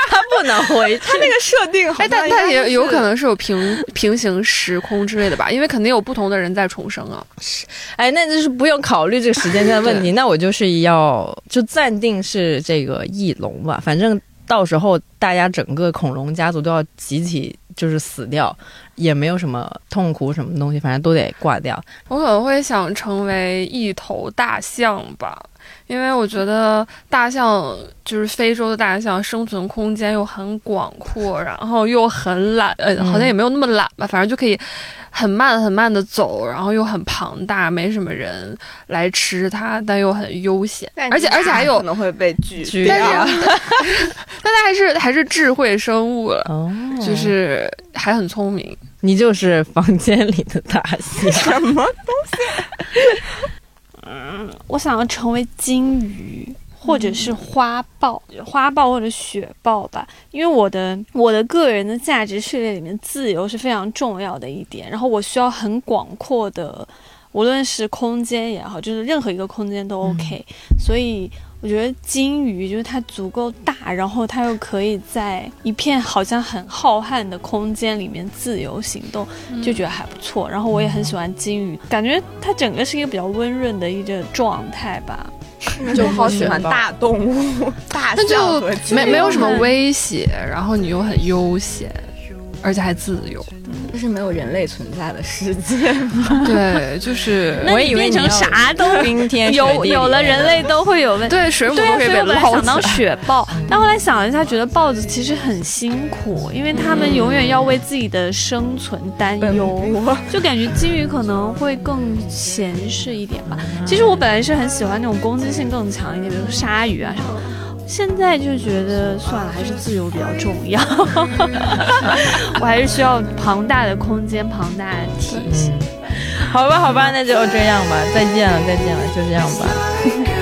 能回去。 它那个设定好哎， 像但但也有可能能是有平平行时空之类的吧，因为肯定有不同的人在重生啊。 哎，那就是不用考虑这个时间线的问题，那我就是要就暂定是这个翼龙吧，反正到时候大家整个恐龙家族都要集体就是死掉，也没有什么痛苦什么东西，反正都得挂掉。 我可能会想成为一头大象吧，因为我觉得大象就是非洲的大象，生存空间又很广阔，然后又很懒，呃，好像也没有那么懒吧，反正就可以很慢很慢的走，然后又很庞大，没什么人来吃它，但又很悠闲，而且而且还有可能会被拒拒掉。 但是但它还是还是智慧生物了， 哦， 就是还很聪明。 你就是房间里的大象。 什么？ 我想要成为金鱼，或者是花豹，花豹或者雪豹吧，因为我的我的个人的价值序列里面，自由是非常重要的一点，然后我需要很广阔的，无论是空间也好，就是任何一个空间都 OK，、嗯、所以我觉得金鱼就是它足够大，然后它又可以在一片好像很浩瀚的空间里面自由行动，就觉得还不错。然后我也很喜欢金鱼，感觉它整个是一个比较温润的一个状态吧。 就好喜欢大动物，大象和就没没有什么威胁，然后你又很悠闲，而且还自由。 这是没有人类存在的世界吗？ 对，就是我以为变成啥都冰天有有了人类都会有问题， 对，水母都可以被对，所以我本来捞想当起来。 雪豹，但后来想了一下，觉得豹子其实很辛苦，因为他们永远要为自己的生存担忧，就感觉金鱼可能会更闲适一点吧。其实我本来是很喜欢那种攻击性更强一点，比如说鲨鱼啊什么。现在就觉得算了，还是自由比较重要。我还是需要庞大的空间、庞大的体型。 好吧，好吧，那就这样吧，再见了，再见了，就这样吧。